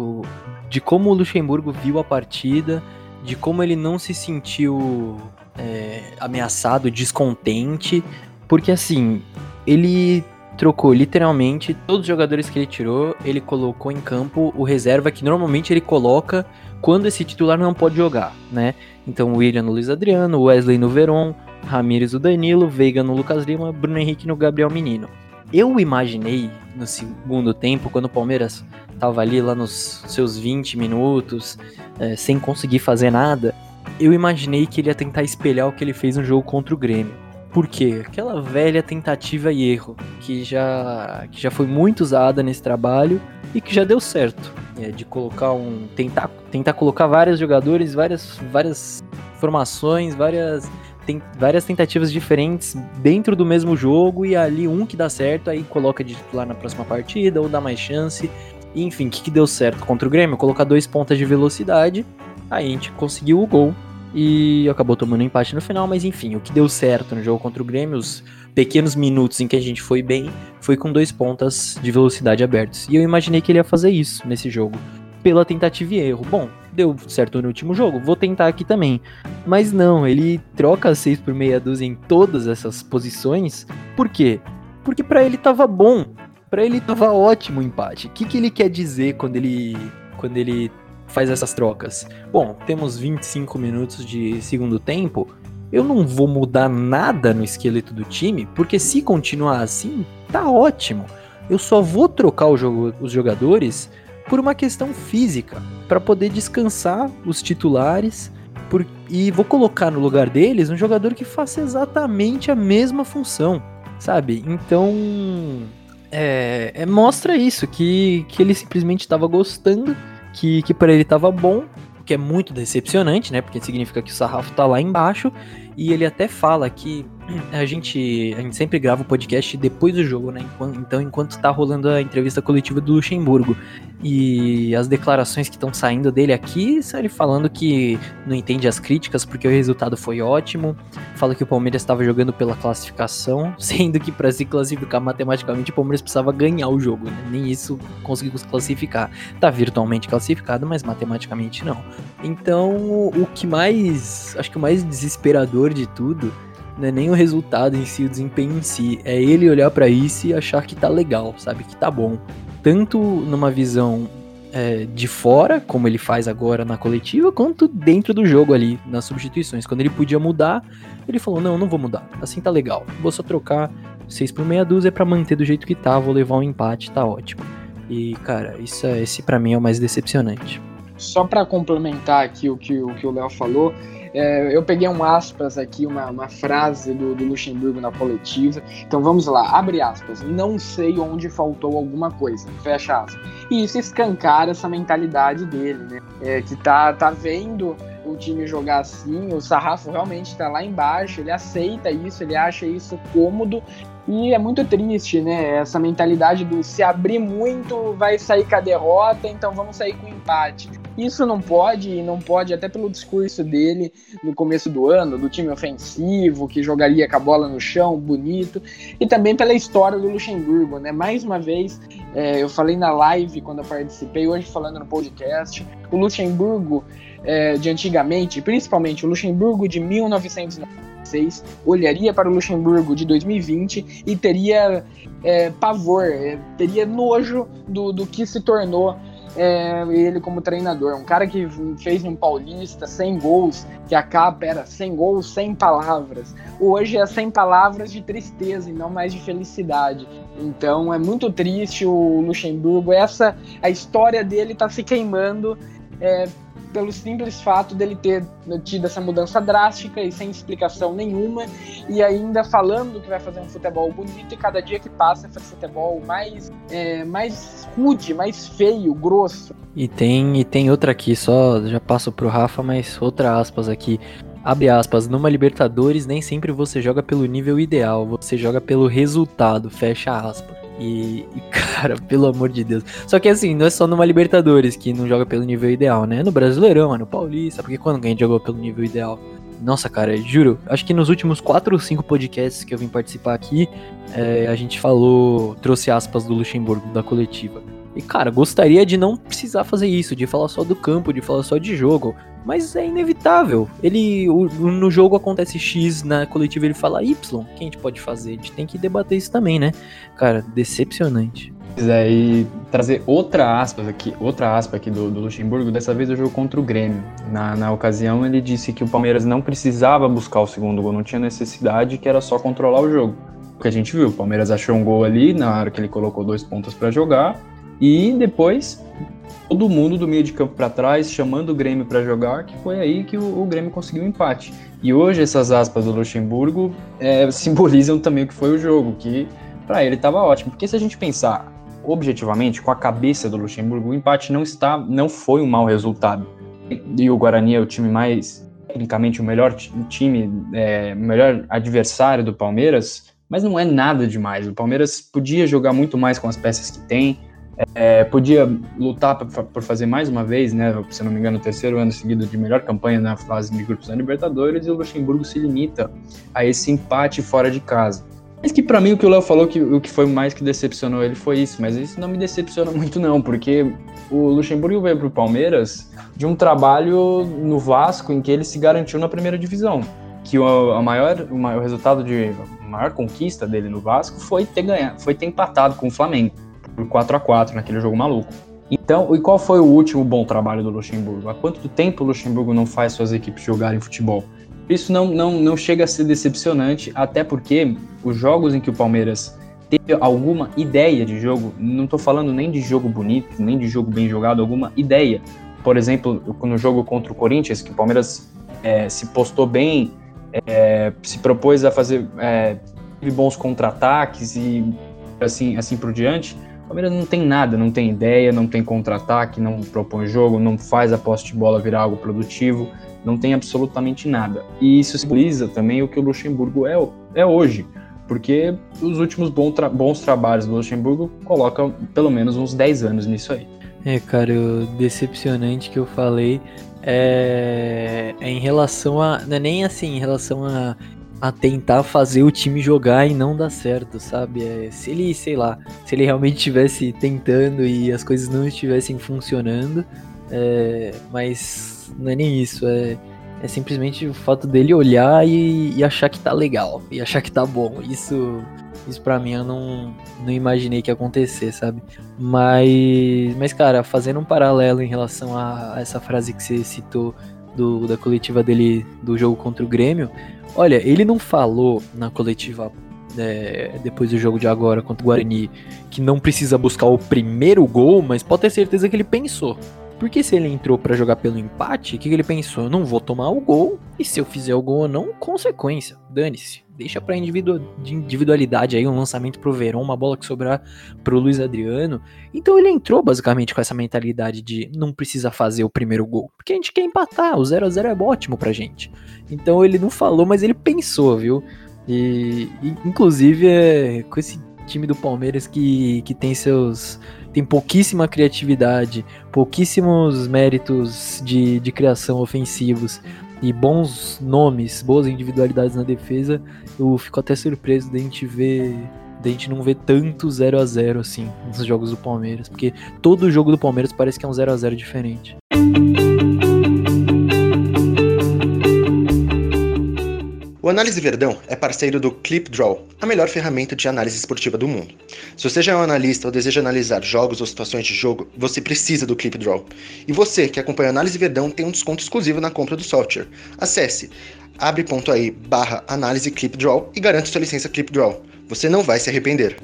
Speaker 3: de como o Luxemburgo viu a partida, de como ele não se sentiu ameaçado, descontente, porque assim, ele trocou literalmente todos os jogadores que ele tirou, ele colocou em campo o reserva que normalmente ele coloca quando esse titular não pode jogar, né? Então o William no Luiz Adriano, Wesley no Veron, Ramírez no Danilo, Veiga no Lucas Lima, Bruno Henrique no Gabriel Menino. Eu imaginei no segundo tempo, quando o Palmeiras tava ali lá nos seus 20 minutos, sem conseguir fazer nada, eu imaginei que ele ia tentar espelhar o que ele fez no jogo contra o Grêmio. Por quê? Aquela velha tentativa e erro, que já foi muito usada nesse trabalho e que já deu certo. De colocar tentar colocar vários jogadores, várias formações, várias tentativas diferentes dentro do mesmo jogo, e ali um que dá certo, aí coloca de titular na próxima partida, ou dá mais chance. E, enfim, o que deu certo contra o Grêmio? Colocar 2 pontas de velocidade, aí a gente conseguiu o gol e acabou tomando um empate no final, mas enfim, o que deu certo no jogo contra o Grêmio, os pequenos minutos em que a gente foi bem, foi com 2 pontas de velocidade abertos. E eu imaginei que ele ia fazer isso nesse jogo, pela tentativa e erro. Bom, deu certo no último jogo, vou tentar aqui também. Mas não, ele troca 6 por meia dúzia em todas essas posições. Por quê? Porque pra ele tava bom, pra ele tava ótimo o empate. O que ele quer dizer quando ele faz essas trocas? Bom, temos 25 minutos de segundo tempo, eu não vou mudar nada no esqueleto do time, porque se continuar assim, tá ótimo. Eu só vou trocar os jogadores por uma questão física, para poder descansar os titulares, e vou colocar no lugar deles um jogador que faça exatamente a mesma função, sabe? Então, mostra isso, que ele simplesmente estava gostando, que para ele estava bom, o que é muito decepcionante, né? Porque significa que o sarrafo tá lá embaixo, e ele até fala que A gente sempre grava o podcast depois do jogo, né? Então, enquanto tá rolando a entrevista coletiva do Luxemburgo. E as declarações que estão saindo dele aqui são ele falando que não entende as críticas porque o resultado foi ótimo. Fala que o Palmeiras estava jogando pela classificação, sendo que para se classificar matematicamente o Palmeiras precisava ganhar o jogo, né? Nem isso conseguiu se classificar. Tá virtualmente classificado, mas matematicamente não. Então, acho que o mais desesperador de tudo não é nem o resultado em si, o desempenho em si, é ele olhar pra isso e achar que tá legal, sabe, que tá bom. Tanto numa visão de fora, como ele faz agora na coletiva, quanto dentro do jogo ali, nas substituições. Quando ele podia mudar, ele falou, não vou mudar, assim tá legal, vou só trocar 6 por meia dúzia pra manter do jeito que tá, vou levar um empate, tá ótimo. E, cara, esse pra mim é o mais decepcionante.
Speaker 2: Só pra complementar aqui o que o Léo falou, eu peguei um aspas aqui, uma frase do Luxemburgo na coletiva. Então vamos lá, abre aspas. Não sei onde faltou alguma coisa, fecha aspas. E isso escancara essa mentalidade dele, né? Que tá vendo o time jogar assim, o sarrafo realmente tá lá embaixo, ele aceita isso, ele acha isso cômodo. E é muito triste, né? Essa mentalidade do se abrir muito vai sair com a derrota, então vamos sair com empate. Isso não pode, até pelo discurso dele no começo do ano, do time ofensivo, que jogaria com a bola no chão, bonito, e também pela história do Luxemburgo, né? Mais uma vez, eu falei na live quando eu participei, hoje falando no podcast, o Luxemburgo de antigamente, principalmente o Luxemburgo de 1996, olharia para o Luxemburgo de 2020 e teria pavor, teria nojo do que se tornou ele como treinador. Um cara que fez um Paulista 100 gols, que a capa era 100 gols, 100 palavras. Hoje é 100 palavras de tristeza e não mais de felicidade. Então é muito triste o Luxemburgo. A história dele tá se queimando pelo simples fato dele ter tido essa mudança drástica e sem explicação nenhuma, e ainda falando que vai fazer um futebol bonito, e cada dia que passa faz futebol mais rude, mais feio, grosso.
Speaker 3: E tem outra aqui, só já passo pro Rafa, mas outra aspas aqui. Abre aspas, numa Libertadores nem sempre você joga pelo nível ideal, você joga pelo resultado, fecha aspas. E, cara, pelo amor de Deus. Só que assim, não é só numa Libertadores que não joga pelo nível ideal, né? É no Brasileirão, é no Paulista, porque quando alguém jogou pelo nível ideal. Nossa, cara, juro, acho que nos últimos 4 ou 5 podcasts que eu vim participar aqui, a gente trouxe aspas do Luxemburgo, da coletiva. E, cara, gostaria de não precisar fazer isso, de falar só do campo, de falar só de jogo. Mas é inevitável. No jogo acontece X, na coletiva ele fala Y. O que a gente pode fazer? A gente tem que debater isso também, né? Cara, decepcionante.
Speaker 4: E trazer outra aspa aqui do Luxemburgo, dessa vez o jogo contra o Grêmio. Na ocasião ele disse que o Palmeiras não precisava buscar o segundo gol, não tinha necessidade, que era só controlar o jogo. O que a gente viu, o Palmeiras achou um gol ali na hora que ele colocou 2 pontas para jogar, e depois todo mundo do meio de campo para trás chamando o Grêmio para jogar, que foi aí que o Grêmio conseguiu o empate. E hoje essas aspas do Luxemburgo simbolizam também o que foi o jogo, que para ele estava ótimo, porque se a gente pensar objetivamente, com a cabeça do Luxemburgo, o empate não foi um mau resultado. E o Guarani é o time mais, tecnicamente, o melhor time, o melhor adversário do Palmeiras, mas não é nada demais. O Palmeiras podia jogar muito mais com as peças que tem, podia lutar por fazer mais uma vez, né, se não me engano, o 3º ano seguido de melhor campanha na fase de grupos da Libertadores, e o Luxemburgo se limita a esse empate fora de casa. Mas que pra mim o que o Léo falou, que o que foi mais que decepcionou ele foi isso, mas isso não me decepciona muito não, porque o Luxemburgo veio pro Palmeiras de um trabalho no Vasco em que ele se garantiu na primeira divisão, que a maior conquista dele no Vasco foi ter empatado com o Flamengo por 4-4 naquele jogo maluco. Então, e qual foi o último bom trabalho do Luxemburgo? Há quanto tempo o Luxemburgo não faz suas equipes jogarem futebol? Isso não chega a ser decepcionante, até porque os jogos em que o Palmeiras teve alguma ideia de jogo, não estou falando nem de jogo bonito, nem de jogo bem jogado, alguma ideia. Por exemplo, no jogo contra o Corinthians, que o Palmeiras se postou bem, se propôs a fazer teve bons contra-ataques e assim por diante, O Palmeiras não tem nada, não tem ideia, não tem contra-ataque, não propõe jogo, não faz a posse de bola virar algo produtivo, não tem absolutamente nada. E isso simboliza também o que o Luxemburgo é hoje, porque os últimos bons trabalhos do Luxemburgo colocam pelo menos uns 10 anos nisso aí.
Speaker 3: Cara, o decepcionante que eu falei é em relação a... Não é nem assim, em relação a tentar fazer o time jogar e não dar certo, sabe? Se ele, sei lá, se ele realmente estivesse tentando e as coisas não estivessem funcionando, mas não é nem isso, é simplesmente o fato dele olhar e achar que tá legal, e achar que tá bom. Isso pra mim eu não imaginei que ia acontecer, sabe? Mas cara, fazendo um paralelo em relação a essa frase que você citou da coletiva dele do jogo contra o Grêmio, olha, ele não falou na coletiva depois do jogo de agora contra o Guarani que não precisa buscar o primeiro gol, mas pode ter certeza que ele pensou. Porque se ele entrou pra jogar pelo empate, o que ele pensou? Eu não vou tomar o gol, e se eu fizer o gol ou não, consequência, dane-se. Deixa pra individualidade aí, um lançamento pro Verón, uma bola que sobrar pro Luiz Adriano. Então ele entrou basicamente com essa mentalidade de não precisa fazer o primeiro gol, porque a gente quer empatar, o 0x0 é ótimo pra gente. Então ele não falou, mas ele pensou, viu? E inclusive com esse time do Palmeiras que tem pouquíssima criatividade, pouquíssimos méritos de criação ofensivos e bons nomes, boas individualidades na defesa, eu fico até surpreso da gente não ver tanto 0x0 assim nos jogos do Palmeiras, porque todo jogo do Palmeiras parece que é um 0x0 diferente.
Speaker 1: O Análise Verdão é parceiro do ClipDraw, a melhor ferramenta de análise esportiva do mundo. Se você já é um analista ou deseja analisar jogos ou situações de jogo, você precisa do ClipDraw. E você que acompanha o Análise Verdão tem um desconto exclusivo na compra do software. Acesse abre.ai/análise ClipDraw e garante sua licença ClipDraw. Você não vai se arrepender.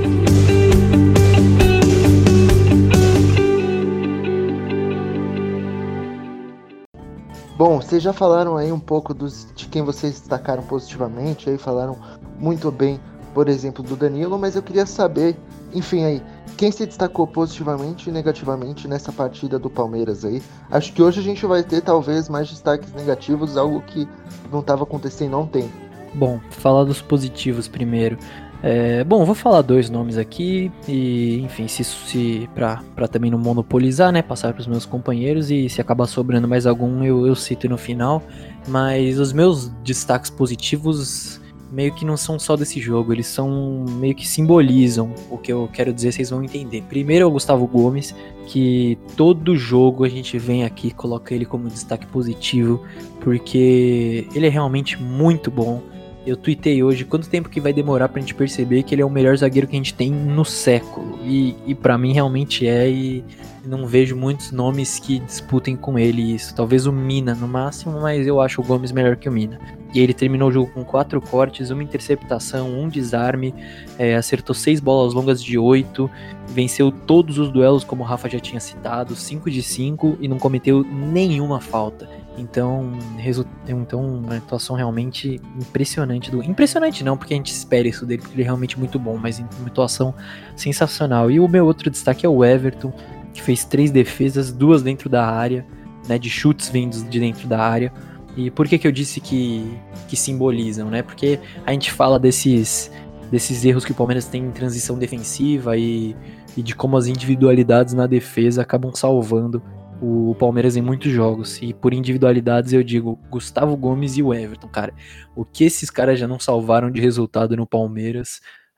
Speaker 1: Bom, vocês já falaram aí um pouco de quem vocês destacaram positivamente, aí falaram muito bem, por exemplo, do Danilo, mas eu queria saber, enfim, aí, quem se destacou positivamente e negativamente nessa partida do Palmeiras aí. Acho que hoje a gente vai ter talvez mais destaques negativos, algo que não estava acontecendo há um tempo.
Speaker 3: Bom, falar dos positivos primeiro. Bom, vou falar 2 nomes aqui e, enfim, se pra também não monopolizar, né, passar pros meus companheiros, e se acabar sobrando mais algum eu cito no final, mas os meus destaques positivos meio que não são só desse jogo, eles são meio que simbolizam o que eu quero dizer, vocês vão entender. Primeiro é o Gustavo Gomes, que todo jogo a gente vem aqui e coloca ele como destaque positivo, porque ele é realmente muito bom. Eu tuitei hoje quanto tempo que vai demorar pra gente perceber que ele é o melhor zagueiro que a gente tem no século. E pra mim realmente e não vejo muitos nomes que disputem com ele isso. Talvez o Mina no máximo, mas eu acho o Gomes melhor que o Mina. E ele terminou o jogo com 4 cortes, 1 interceptação, 1 desarme, acertou 6 bolas longas de 8, venceu todos os duelos, como o Rafa já tinha citado, 5 de 5 e não cometeu nenhuma falta. Então, uma atuação realmente impressionante. Impressionante não, porque a gente espera isso dele, porque ele é realmente muito bom, mas uma atuação sensacional. E o meu outro destaque é o Everton, que fez 3 defesas, 2 dentro da área, né, de chutes vindos de dentro da área. E por que eu disse que simbolizam, né? Porque a gente fala desses erros que o Palmeiras tem em transição defensiva e de como as individualidades na defesa acabam salvando o Palmeiras em muitos jogos. E por individualidades eu digo Gustavo Gomes e o Everton, cara. O que esses caras já não salvaram de resultado no Palmeiras,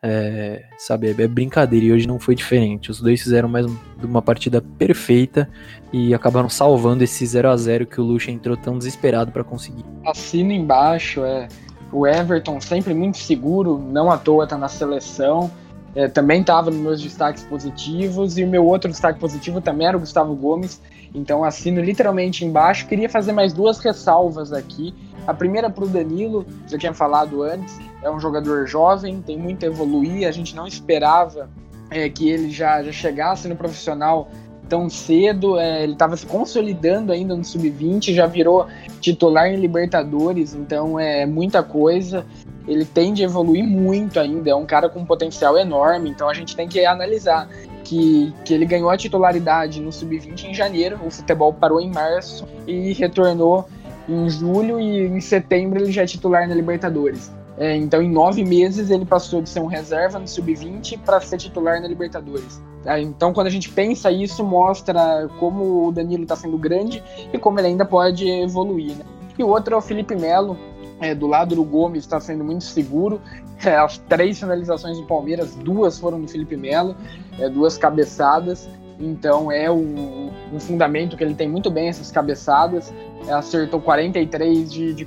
Speaker 3: sabe, é brincadeira, e hoje não foi diferente. Os dois fizeram mais uma partida perfeita e acabaram salvando esse 0x0 que o Lucha entrou tão desesperado para conseguir.
Speaker 2: Assino embaixo, o Everton sempre muito seguro, não à toa tá na seleção, também estava nos meus destaques positivos, e o meu outro destaque positivo também era o Gustavo Gomes, então assino literalmente embaixo. Queria fazer mais 2 ressalvas aqui. A primeira para o Danilo, já tinha falado antes, é um jogador jovem, tem muito a evoluir, a gente não esperava que ele já chegasse no profissional tão cedo, ele estava se consolidando ainda no Sub-20, já virou titular em Libertadores, então é muita coisa, ele tende a evoluir muito ainda, é um cara com um potencial enorme, então a gente tem que analisar. que ele ganhou a titularidade no Sub-20 em janeiro, o futebol parou em março e retornou em julho, e em setembro ele já é titular na Libertadores. Então, em 9 meses, ele passou de ser um reserva no Sub-20 para ser titular na Libertadores. Então, quando a gente pensa isso, mostra como o Danilo está sendo grande e como ele ainda pode evoluir, né? E o outro é o Felipe Melo, do lado do Gomes, está sendo muito seguro. As 3 finalizações do Palmeiras, 2 foram do Felipe Melo, 2 cabeçadas. Então é um fundamento que ele tem muito bem, essas cabeçadas. Acertou 43 de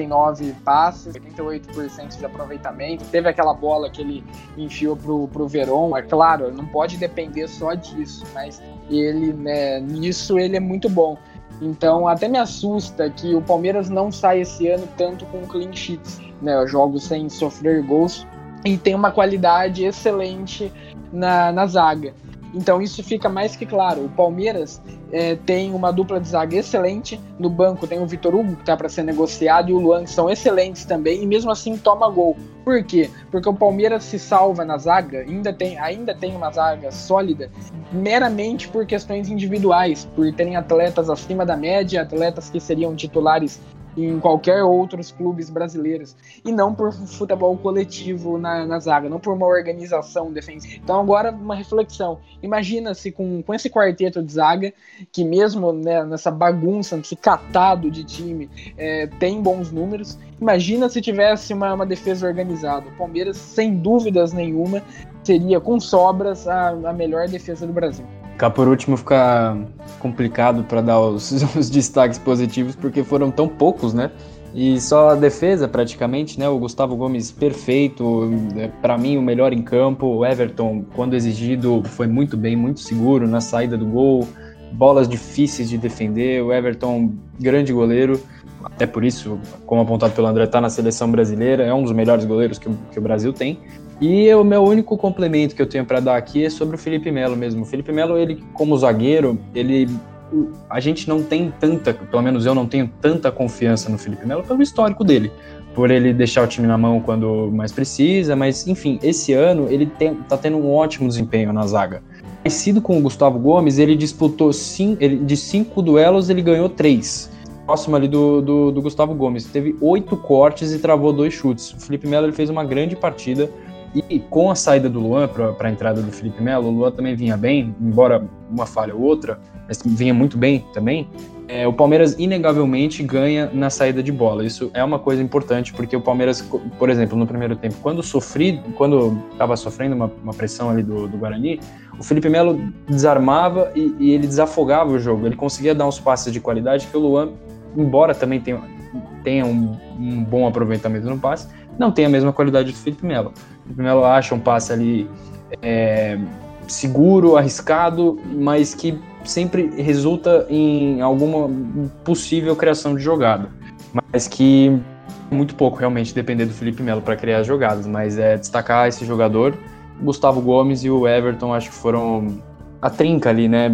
Speaker 2: 49 passes, 88% de aproveitamento. Teve aquela bola que ele enfiou pro Veron. É claro, não pode depender só disso, mas ele, né, nisso ele é muito bom. Então até me assusta que o Palmeiras não sai esse ano tanto com clean sheets, né, jogos sem sofrer gols, e tem uma qualidade excelente na zaga. Então isso fica mais que claro. O Palmeiras tem uma dupla de zaga excelente. No banco tem o Vitor Hugo, que está para ser negociado, e o Luan, que são excelentes também, e mesmo assim toma gol. Por quê? Porque o Palmeiras se salva na zaga, ainda tem uma zaga sólida, meramente por questões individuais, por terem atletas acima da média, atletas que seriam titulares em qualquer outros clubes brasileiros, e não por futebol coletivo na zaga, não por uma organização defensiva. Então agora uma reflexão, imagina se com esse quarteto de zaga, que mesmo, né, nessa bagunça, nesse catado de time, tem bons números, imagina se tivesse uma defesa organizada. O Palmeiras, sem dúvidas nenhuma, seria com sobras a melhor defesa do Brasil.
Speaker 4: Cá por último fica complicado para dar os destaques positivos, porque foram tão poucos, né? E só a defesa praticamente, né? O Gustavo Gomes perfeito, para mim o melhor em campo. O Everton, quando exigido, foi muito bem, muito seguro na saída do gol. Bolas difíceis de defender. O Everton, grande goleiro. Até por isso, como apontado pelo André, está na seleção brasileira. É um dos melhores goleiros que o Brasil tem. E o meu único complemento que eu tenho para dar aqui é sobre o Felipe Melo mesmo. O Felipe Melo, ele como zagueiro, a gente não tem tanta, pelo menos eu não tenho tanta confiança no Felipe Melo pelo histórico dele, por ele deixar o time na mão quando mais precisa, mas enfim, esse ano ele tá tendo um ótimo desempenho na zaga. Parecido com o Gustavo Gomes, ele disputou de 5 duelos, ele ganhou 3. Próximo ali do Gustavo Gomes, teve 8 cortes e travou 2 chutes. O Felipe Melo ele fez uma grande partida. E com a saída do Luan para a entrada do Felipe Melo, o Luan também vinha bem, embora uma falha ou outra, mas vinha muito bem também. O Palmeiras inegavelmente ganha na saída de bola. Isso é uma coisa importante, porque o Palmeiras, por exemplo, no primeiro tempo, quando estava sofrendo uma pressão ali do Guarani, o Felipe Melo desarmava e ele desafogava o jogo. Ele conseguia dar uns passes de qualidade que o Luan, embora também tenha um bom aproveitamento no passe, não tem a mesma qualidade do Felipe Melo. O Felipe Melo acha um passe ali seguro, arriscado, mas que sempre resulta em alguma possível criação de jogada. Mas que é muito pouco realmente depender do Felipe Melo para criar as jogadas. Mas destacar esse jogador, Gustavo Gomes e o Everton, acho que foram a trinca ali, né,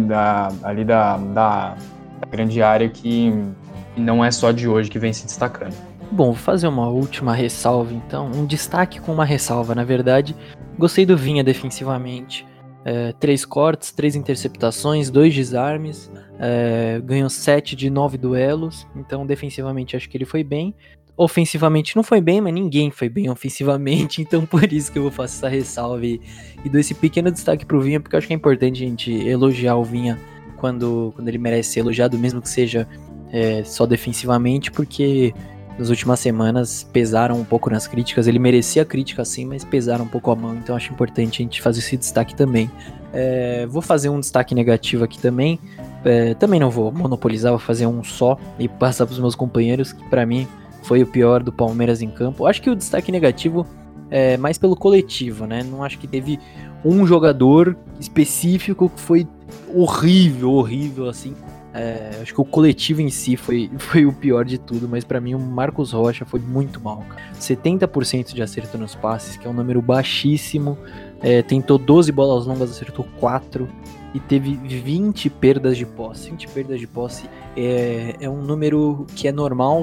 Speaker 4: da grande área que não é só de hoje que vem se destacando.
Speaker 3: Bom, vou fazer uma última ressalva então, um destaque com uma ressalva, na verdade. Gostei do Vinha defensivamente, 3 cortes, 3 interceptações, 2 desarmes, ganhou 7 de 9 duelos, então defensivamente acho que ele foi bem. Ofensivamente não foi bem, mas ninguém foi bem ofensivamente, então por isso que eu vou fazer essa ressalva e dou esse pequeno destaque pro Vinha, porque eu acho que é importante a gente elogiar o Vinha quando ele merece ser elogiado, mesmo que seja só defensivamente, porque nas últimas semanas pesaram um pouco nas críticas. Ele merecia a crítica sim, mas pesaram um pouco a mão, então acho importante a gente fazer esse destaque também. Vou fazer um destaque negativo aqui também, também não vou monopolizar, vou fazer um só e passar para os meus companheiros, que para mim foi o pior do Palmeiras em campo. Acho que o destaque negativo é mais pelo coletivo, né? Não acho que teve um jogador específico que foi horrível assim. Acho que o coletivo em si foi o pior de tudo, mas pra mim o Marcos Rocha foi muito mal, cara. 70% de acerto nos passes, que é um número baixíssimo, tentou 12 bolas longas, acertou 4 e teve 20 perdas de posse. 20 perdas de posse é um número que é normal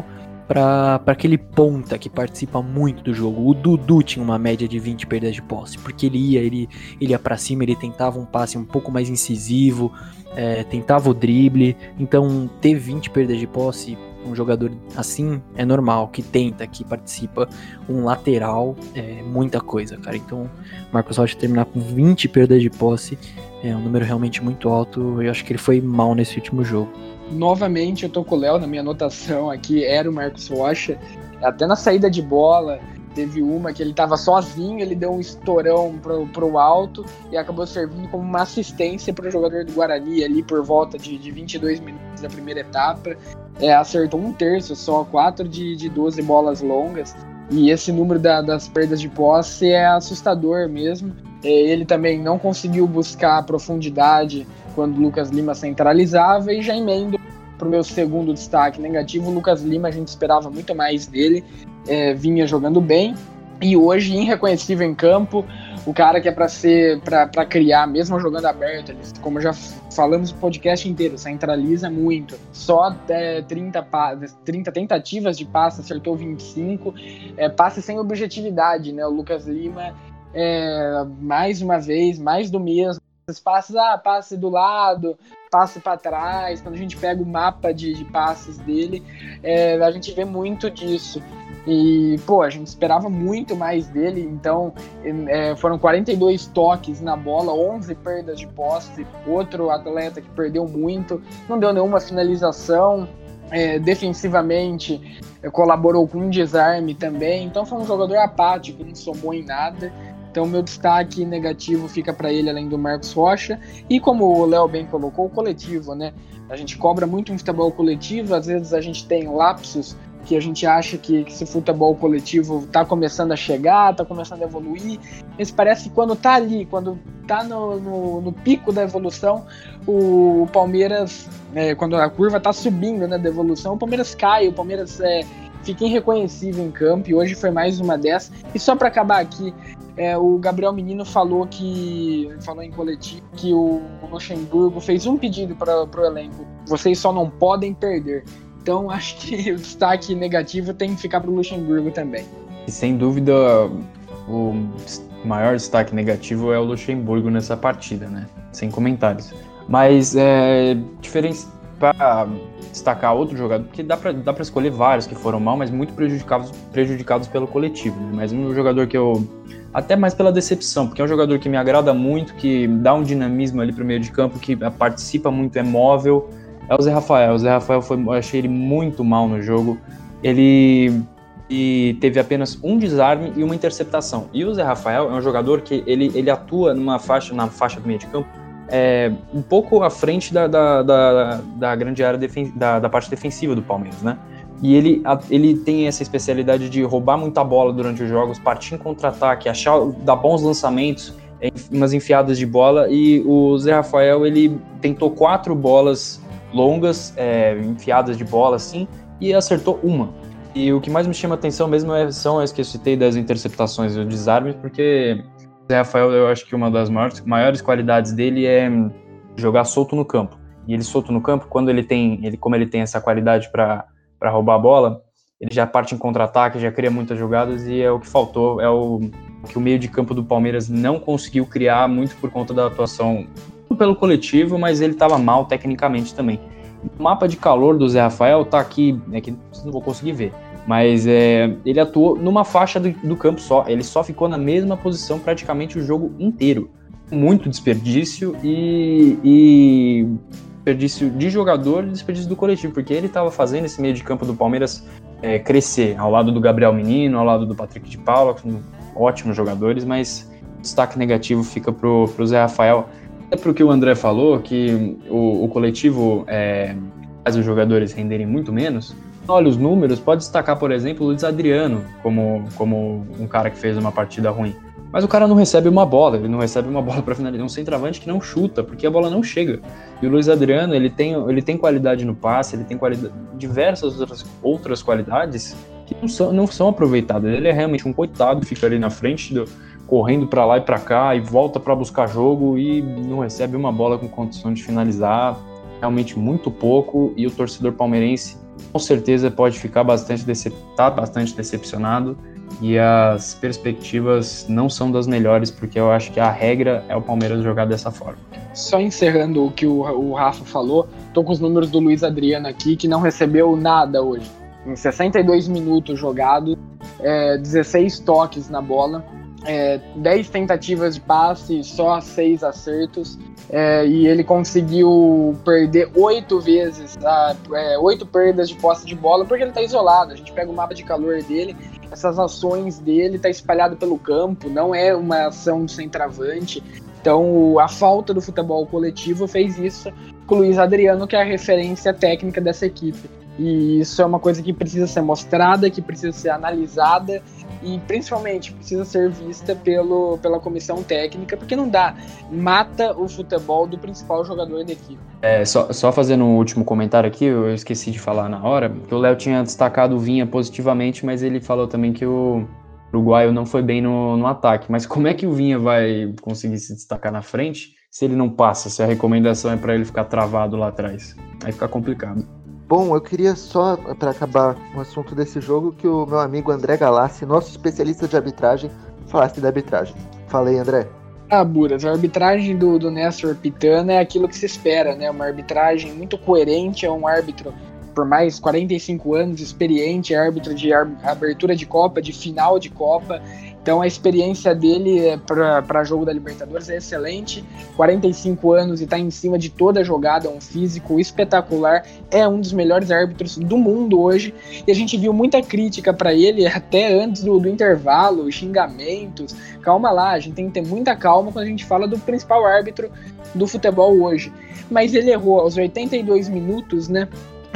Speaker 3: para aquele ponta que participa muito do jogo. O Dudu tinha uma média de 20 perdas de posse, porque ele ia para cima, ele tentava um passe um pouco mais incisivo, tentava o drible. Então ter 20 perdas de posse, um jogador assim é normal, que tenta, que participa. Um lateral é muita coisa, cara. Então Marcos Rocha terminar com 20 perdas de posse é um número realmente muito alto. Eu acho que ele foi mal nesse último jogo.
Speaker 2: Novamente eu tô com o Léo na minha anotação aqui, era o Marcos Rocha, até na saída de bola, teve uma que ele tava sozinho, ele deu um estourão pro alto e acabou servindo como uma assistência pro jogador do Guarani ali por volta de 22 minutos da primeira etapa, acertou 1/3 só, 4 de 12 bolas longas, e esse número das perdas de posse é assustador mesmo. Ele também não conseguiu buscar profundidade quando o Lucas Lima centralizava, e já emendo para o meu segundo destaque negativo. O Lucas Lima, a gente esperava muito mais dele, vinha jogando bem, e hoje irreconhecível em campo, o cara que é para criar, mesmo jogando aberto, como já falamos no podcast inteiro, centraliza muito, só 30 tentativas de passe, acertou 25, passe sem objetividade, né? O Lucas Lima, mais uma vez, mais do mesmo, os passes, passe do lado, passe para trás. Quando a gente pega o mapa de passes dele, a gente vê muito disso. E, a gente esperava muito mais dele. Então, foram 42 toques na bola, 11 perdas de posse. Outro atleta que perdeu muito, não deu nenhuma finalização. Defensivamente, colaborou com um desarme também. Então, foi um jogador apático, não somou em nada. Então, meu destaque negativo fica para ele, além do Marcos Rocha. E como o Léo bem colocou, o coletivo, né? A gente cobra muito um futebol coletivo, às vezes a gente tem lapsos que a gente acha que esse futebol coletivo está começando a chegar, está começando a evoluir, mas parece que quando está ali, quando está no pico da evolução, o Palmeiras, quando a curva está subindo, né, da evolução, o Palmeiras cai, o Palmeiras fica irreconhecível em campo, e hoje foi mais uma dessas. E só para acabar aqui, o Gabriel Menino falou em coletivo que o Luxemburgo fez um pedido para o elenco: vocês só não podem perder. Então acho que o destaque negativo tem que ficar para o Luxemburgo também.
Speaker 4: E sem dúvida o maior destaque negativo é o Luxemburgo nessa partida, né? Sem comentários. Mas para destacar outro jogador, porque dá para escolher vários que foram mal, mas muito prejudicados pelo coletivo, né? Mas um jogador que eu, até mais pela decepção, porque é um jogador que me agrada muito, que dá um dinamismo ali pro meio de campo, que participa muito, é móvel, é o Zé Rafael. O Zé Rafael eu achei ele muito mal no jogo. Ele teve apenas um desarme e uma interceptação. E o Zé Rafael é um jogador que ele atua na faixa do meio de campo, um pouco à frente da grande área da parte defensiva do Palmeiras, né? E ele tem essa especialidade de roubar muita bola durante os jogos, partir em contra-ataque, dar bons lançamentos, umas enfiadas de bola. E o Zé Rafael, ele tentou 4 bolas longas, enfiadas de bola assim, e acertou uma. E o que mais me chama atenção mesmo são as que eu citei das interceptações e o desarme, porque o Zé Rafael, eu acho que uma das maiores qualidades dele é jogar solto no campo. E ele solto no campo, como ele tem essa qualidade para roubar a bola, ele já parte em contra-ataque, já cria muitas jogadas, e é o que faltou, é o que o meio de campo do Palmeiras não conseguiu criar, muito por conta da atuação pelo coletivo, mas ele estava mal tecnicamente também. O mapa de calor do Zé Rafael tá aqui, que vocês não vão conseguir ver, mas ele atuou numa faixa do campo só, ele só ficou na mesma posição praticamente o jogo inteiro. Muito desperdício e desperdício de jogador e desperdício do coletivo, porque ele estava fazendo esse meio de campo do Palmeiras crescer, ao lado do Gabriel Menino, ao lado do Patrick de Paula, que são ótimos jogadores, mas o destaque negativo fica pro Zé Rafael. É porque o André falou que o coletivo faz os jogadores renderem muito menos. Olha os números, pode destacar, por exemplo, o Luiz Adriano como um cara que fez uma partida ruim. Mas o cara não recebe uma bola, ele não recebe uma bola para finalizar. É um centroavante que não chuta, porque a bola não chega. E o Luiz Adriano, ele tem qualidade no passe, ele tem diversas outras qualidades que não são aproveitadas. Ele é realmente um coitado, fica ali na frente, correndo para lá e para cá, e volta para buscar jogo e não recebe uma bola com condição de finalizar. Realmente muito pouco, e o torcedor palmeirense com certeza pode ficar bastante decepcionado, e as perspectivas não são das melhores, porque eu acho que a regra é o Palmeiras jogar dessa forma.
Speaker 2: Só encerrando o que o Rafa falou, tô com os números do Luiz Adriano aqui, que não recebeu nada hoje. Em 62 minutos jogados, 16 toques na bola, 10 tentativas de passe, só 6 acertos, e ele conseguiu perder 8 vezes, 8 perdas de posse de bola, porque ele tá isolado. A gente pega o mapa de calor dele, essas ações dele tá espalhado pelo campo, não é uma ação de centroavante. Então a falta do futebol coletivo fez isso com o Luiz Adriano, que é a referência técnica dessa equipe. E isso é uma coisa que precisa ser mostrada, que precisa ser analisada e principalmente precisa ser vista pela comissão técnica, porque não dá, mata o futebol do principal jogador da equipe.
Speaker 4: Só fazendo um último comentário aqui, eu esqueci de falar na hora, que o Léo tinha destacado o Vinha positivamente, mas ele falou também que o uruguaio não foi bem no ataque. Mas como é que o Vinha vai conseguir se destacar na frente se ele não passa, se a recomendação é para ele ficar travado lá atrás? Aí fica complicado.
Speaker 1: Bom, eu queria só, para acabar o assunto desse jogo, que o meu amigo André Galassi, nosso especialista de arbitragem, falasse da arbitragem. Fala aí, André.
Speaker 2: Buras, a arbitragem do Néstor Pitana é aquilo que se espera, né? Uma arbitragem muito coerente, é um árbitro por mais 45 anos, experiente, é árbitro de abertura de Copa, de final de Copa. Então a experiência dele para jogo da Libertadores é excelente, 45 anos e está em cima de toda a jogada, um físico espetacular, é um dos melhores árbitros do mundo hoje, e a gente viu muita crítica para ele até antes do intervalo, xingamentos. Calma lá, a gente tem que ter muita calma quando a gente fala do principal árbitro do futebol hoje. Mas ele errou aos 82 minutos, né?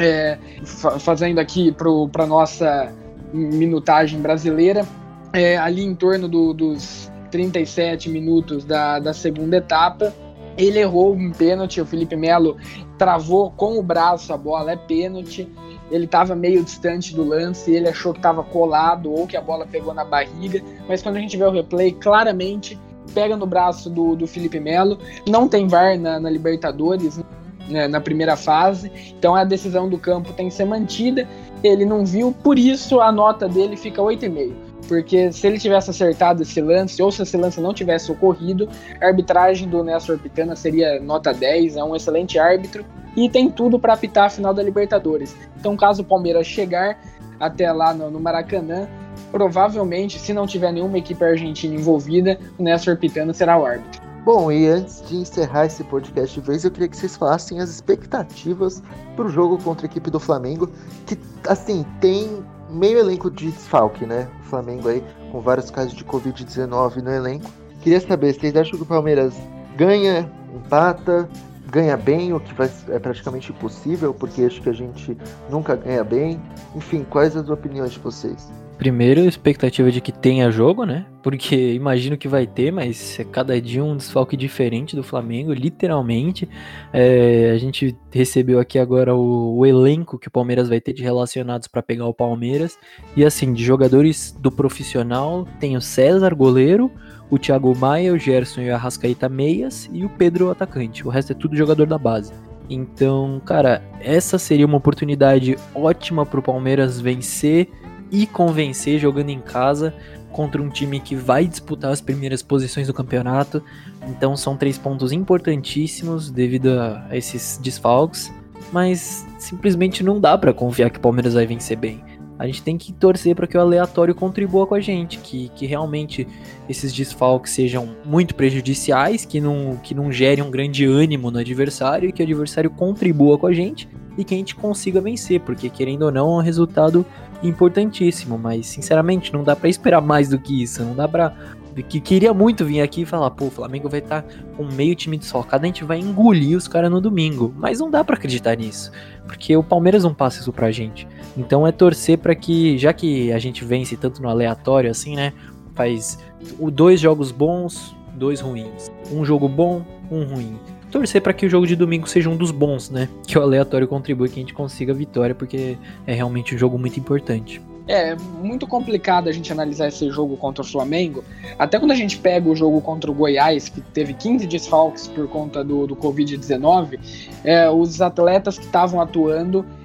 Speaker 2: Fazendo aqui para nossa minutagem brasileira, ali em torno dos 37 minutos da segunda etapa, ele errou um pênalti. O Felipe Melo travou com o braço a bola, é pênalti. Ele estava meio distante do lance, ele achou que estava colado ou que a bola pegou na barriga, mas quando a gente vê o replay, claramente pega no braço do Felipe Melo. Não tem VAR na Libertadores, né, na primeira fase, então a decisão do campo tem que ser mantida. Ele não viu, por isso a nota dele fica 8,5. Porque se ele tivesse acertado esse lance, ou se esse lance não tivesse ocorrido, a arbitragem do Néstor Pitana seria nota 10, é um excelente árbitro e tem tudo para apitar a final da Libertadores. Então, caso o Palmeiras chegar até lá no Maracanã, provavelmente, se não tiver nenhuma equipe argentina envolvida, o Néstor Pitana será o árbitro.
Speaker 1: Bom, e antes de encerrar esse podcast de vez, eu queria que vocês falassem as expectativas para o jogo contra a equipe do Flamengo, que, assim, tem meio elenco de desfalque, né? O Flamengo aí, com vários casos de Covid-19 no elenco. Queria saber, vocês acham que o Palmeiras ganha, empata, ganha bem, o que é praticamente impossível, porque acho que a gente nunca ganha bem. Enfim, quais as opiniões de vocês?
Speaker 3: Primeiro, expectativa de que tenha jogo, né? Porque imagino que vai ter, mas é cada dia um desfalque diferente do Flamengo, literalmente. A gente recebeu aqui agora o elenco que o Palmeiras vai ter de relacionados para pegar o Palmeiras. E assim, de jogadores do profissional, tem o César, goleiro, o Thiago Maia, o Gerson e o Arrascaeta meias e o Pedro, atacante. O resto é tudo jogador da base. Então, cara, essa seria uma oportunidade ótima pro Palmeiras vencer e convencer jogando em casa contra um time que vai disputar as primeiras posições do campeonato. Então são 3 pontos importantíssimos devido a esses desfalques, mas simplesmente não dá pra confiar que o Palmeiras vai vencer bem. A gente tem que torcer para que o aleatório contribua com a gente, que realmente esses desfalques sejam muito prejudiciais, que não gerem um grande ânimo no adversário e que o adversário contribua com a gente e que a gente consiga vencer, porque querendo ou não é um resultado importantíssimo, mas sinceramente não dá pra esperar mais do que isso, não dá pra... que queria muito vir aqui e falar, pô, o Flamengo vai estar com meio time desfalcado, a gente vai engolir os caras no domingo, mas não dá pra acreditar nisso, porque o Palmeiras não passa isso pra gente. Então é torcer pra que, já que a gente vence tanto no aleatório assim, né, faz 2 jogos bons, 2 ruins, um jogo bom, um ruim. Torcer para que o jogo de domingo seja um dos bons, né? Que o aleatório contribui, que a gente consiga a vitória, porque é realmente um jogo muito importante.
Speaker 2: É muito complicado a gente analisar esse jogo contra o Flamengo. Até quando a gente pega o jogo contra o Goiás, que teve 15 desfalques por conta do Covid-19, os atletas que estavam atuando,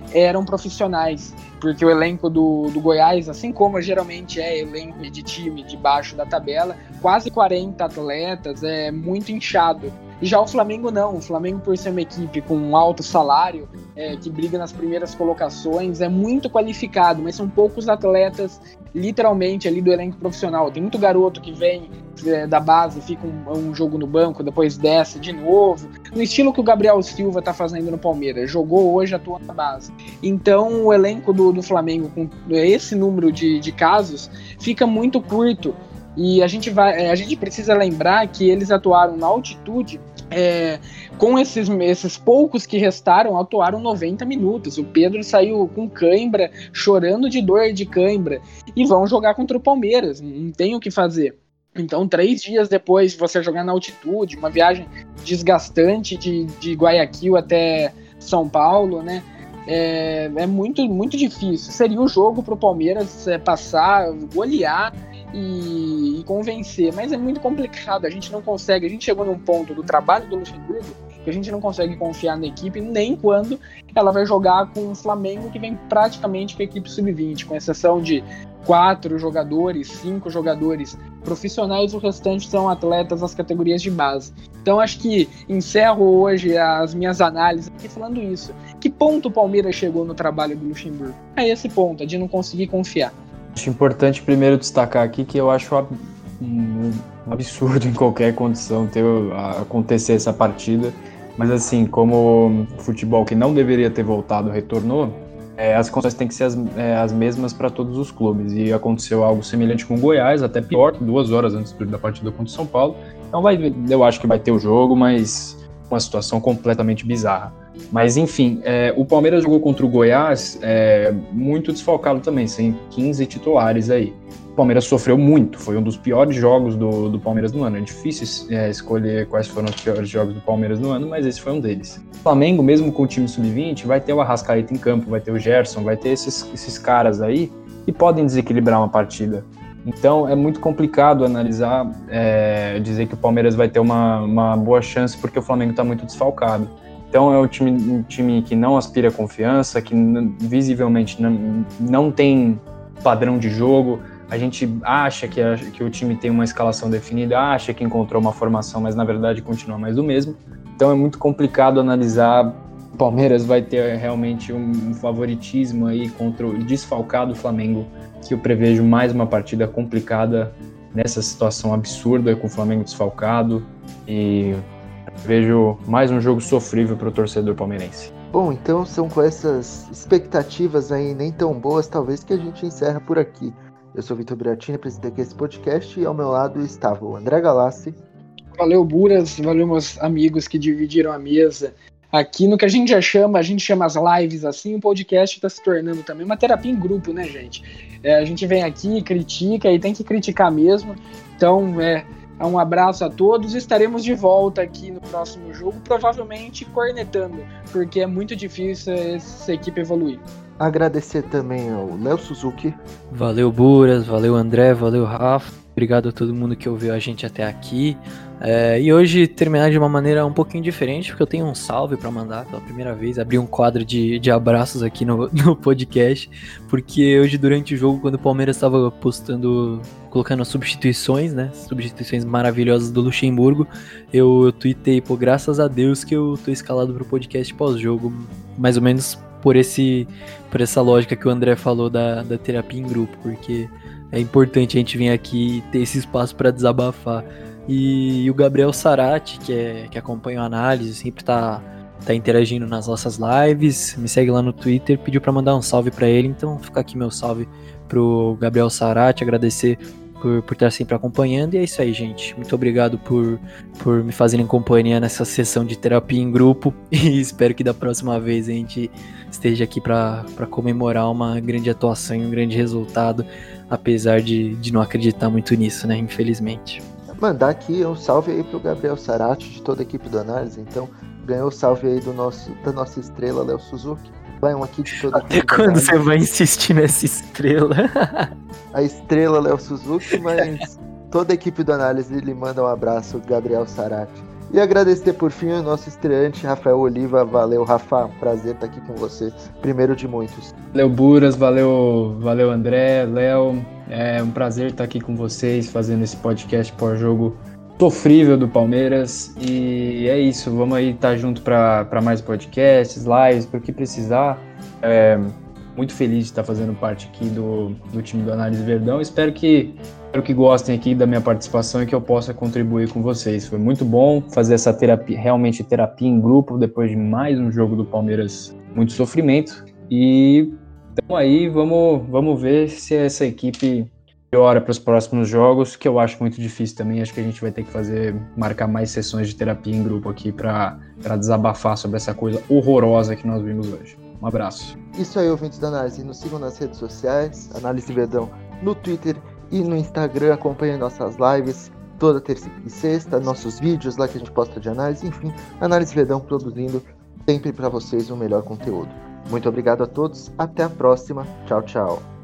Speaker 2: eram profissionais, porque o elenco do Goiás, assim como geralmente é elenco de time de baixo da tabela, quase 40 atletas, é muito inchado. Já o Flamengo não, o Flamengo, por ser uma equipe com um alto salário, que briga nas primeiras colocações, é muito qualificado, mas são poucos atletas literalmente ali do elenco profissional. Tem muito garoto que vem da base, fica um jogo no banco, depois desce de novo, no estilo que o Gabriel Silva tá fazendo no Palmeiras, jogou hoje, atua na base. Então o elenco do Flamengo, com esse número de casos, fica muito curto. E a gente precisa lembrar que eles atuaram na altitude, com esses poucos que restaram, atuaram 90 minutos. O Pedro saiu com cãibra, chorando de dor de cãibra, e vão jogar contra o Palmeiras, não tem o que fazer. Então, 3 dias depois de você jogar na altitude, uma viagem desgastante de Guayaquil até São Paulo, né? É muito, muito difícil. Seria um jogo para o Palmeiras passar, golear e convencer, mas é muito complicado, a gente não consegue, a gente chegou num ponto do trabalho do Luxemburgo que a gente não consegue confiar na equipe, nem quando ela vai jogar com o Flamengo, que vem praticamente com a equipe sub-20, com exceção de 4 jogadores, 5 jogadores profissionais, o restante são atletas das categorias de base. Então acho que encerro hoje as minhas análises aqui falando isso. Que ponto o Palmeiras chegou no trabalho do Luxemburgo? A esse ponto, de não conseguir confiar.
Speaker 4: Acho importante primeiro destacar aqui que eu acho um absurdo em qualquer condição acontecer essa partida, mas assim, como o futebol que não deveria ter voltado retornou, as condições têm que ser as mesmas para todos os clubes, e aconteceu algo semelhante com o Goiás, até pior, 2 horas antes da partida contra o São Paulo. Então eu acho que vai ter o jogo, mas uma situação completamente bizarra. Mas enfim, o Palmeiras jogou contra o Goiás muito desfalcado também, sem 15 titulares aí. O Palmeiras sofreu muito, foi um dos piores jogos do Palmeiras no ano. É difícil escolher quais foram os piores jogos do Palmeiras no ano, mas esse foi um deles. O Flamengo, mesmo com o time sub-20, vai ter o Arrascaeta em campo, vai ter o Gerson, vai ter esses caras aí que podem desequilibrar uma partida. Então é muito complicado analisar, dizer que o Palmeiras vai ter uma boa chance porque o Flamengo está muito desfalcado. Então é um time que não aspira a confiança, que visivelmente não tem padrão de jogo. A gente acha que o time tem uma escalação definida, acha que encontrou uma formação, mas na verdade continua mais do mesmo. Então é muito complicado analisar. O Palmeiras vai ter realmente um favoritismo aí contra o desfalcado Flamengo, que eu prevejo mais uma partida complicada nessa situação absurda com o Flamengo desfalcado, e vejo mais um jogo sofrível para o torcedor palmeirense.
Speaker 1: Bom, então são com essas expectativas aí nem tão boas, talvez, que a gente encerra por aqui. Eu sou o Vitor Bratini, apresentei aqui esse podcast, e ao meu lado estava o André Galassi.
Speaker 2: Valeu, Buras, valeu meus amigos que dividiram a mesa. Aqui no que a gente chama as lives assim, o podcast está se tornando também uma terapia em grupo, né, gente? A gente vem aqui, critica, e tem que criticar mesmo. Então, um abraço a todos, estaremos de volta aqui no próximo jogo, provavelmente cornetando, porque é muito difícil essa equipe evoluir.
Speaker 1: Agradecer também ao Léo Suzuki.
Speaker 3: Valeu, Buras, valeu, André, valeu, Rafa. Obrigado a todo mundo que ouviu a gente até aqui. E hoje terminar de uma maneira um pouquinho diferente, porque eu tenho um salve para mandar pela primeira vez. Abri um quadro de abraços aqui no podcast, porque hoje durante o jogo, quando o Palmeiras estava colocando as substituições, né? Substituições maravilhosas do Luxemburgo, eu tuitei, graças a Deus que eu tô escalado pro podcast pós-jogo, mais ou menos por essa lógica que o André falou da terapia em grupo, porque é importante a gente vir aqui e ter esse espaço para desabafar. E o Gabriel Sarati, que acompanha a análise, sempre tá interagindo nas nossas lives, me segue lá no Twitter, pediu para mandar um salve para ele, então fica aqui meu salve pro Gabriel Sarati, agradecer por estar sempre acompanhando, e é isso aí, gente. Muito obrigado por me fazerem companhia nessa sessão de terapia em grupo, e espero que da próxima vez a gente esteja aqui para comemorar uma grande atuação e um grande resultado, apesar de não acreditar muito nisso, né, infelizmente.
Speaker 1: Mandar aqui um salve aí pro Gabriel Sarati, de toda a equipe do Análise, então ganhou o salve aí da nossa estrela, Léo Suzuki. Vai um aqui de toda a equipe.
Speaker 3: Até quando você vai insistir nessa estrela?
Speaker 1: A estrela Léo Suzuki, mas toda a equipe do Análise lhe manda um abraço, Gabriel Sarati. E agradecer por fim o nosso estreante, Rafael Oliva. Valeu, Rafa. Prazer estar aqui com você. Primeiro de muitos.
Speaker 4: Valeu, Buras. Valeu, André, Léo. É um prazer estar aqui com vocês, fazendo esse podcast pós-jogo sofrível do Palmeiras. E é isso. Vamos aí estar junto para mais podcasts, lives, para o que precisar. Muito feliz de estar fazendo parte aqui do time do Análise Verdão. Espero que gostem aqui da minha participação e que eu possa contribuir com vocês. Foi muito bom fazer essa terapia em grupo, depois de mais um jogo do Palmeiras, muito sofrimento. E então aí, vamos ver se essa equipe piora para os próximos jogos, que eu acho muito difícil também. Acho que a gente vai ter que marcar mais sessões de terapia em grupo aqui para desabafar sobre essa coisa horrorosa que nós vimos hoje. Um abraço.
Speaker 1: Isso aí, ouvintes da Análise. Nos sigam nas redes sociais, Análise Verdão no Twitter e no Instagram. Acompanhem nossas lives toda terça e sexta, nossos vídeos lá que a gente posta de análise. Enfim, Análise Verdão produzindo sempre para vocês o melhor conteúdo. Muito obrigado a todos. Até a próxima. Tchau, tchau.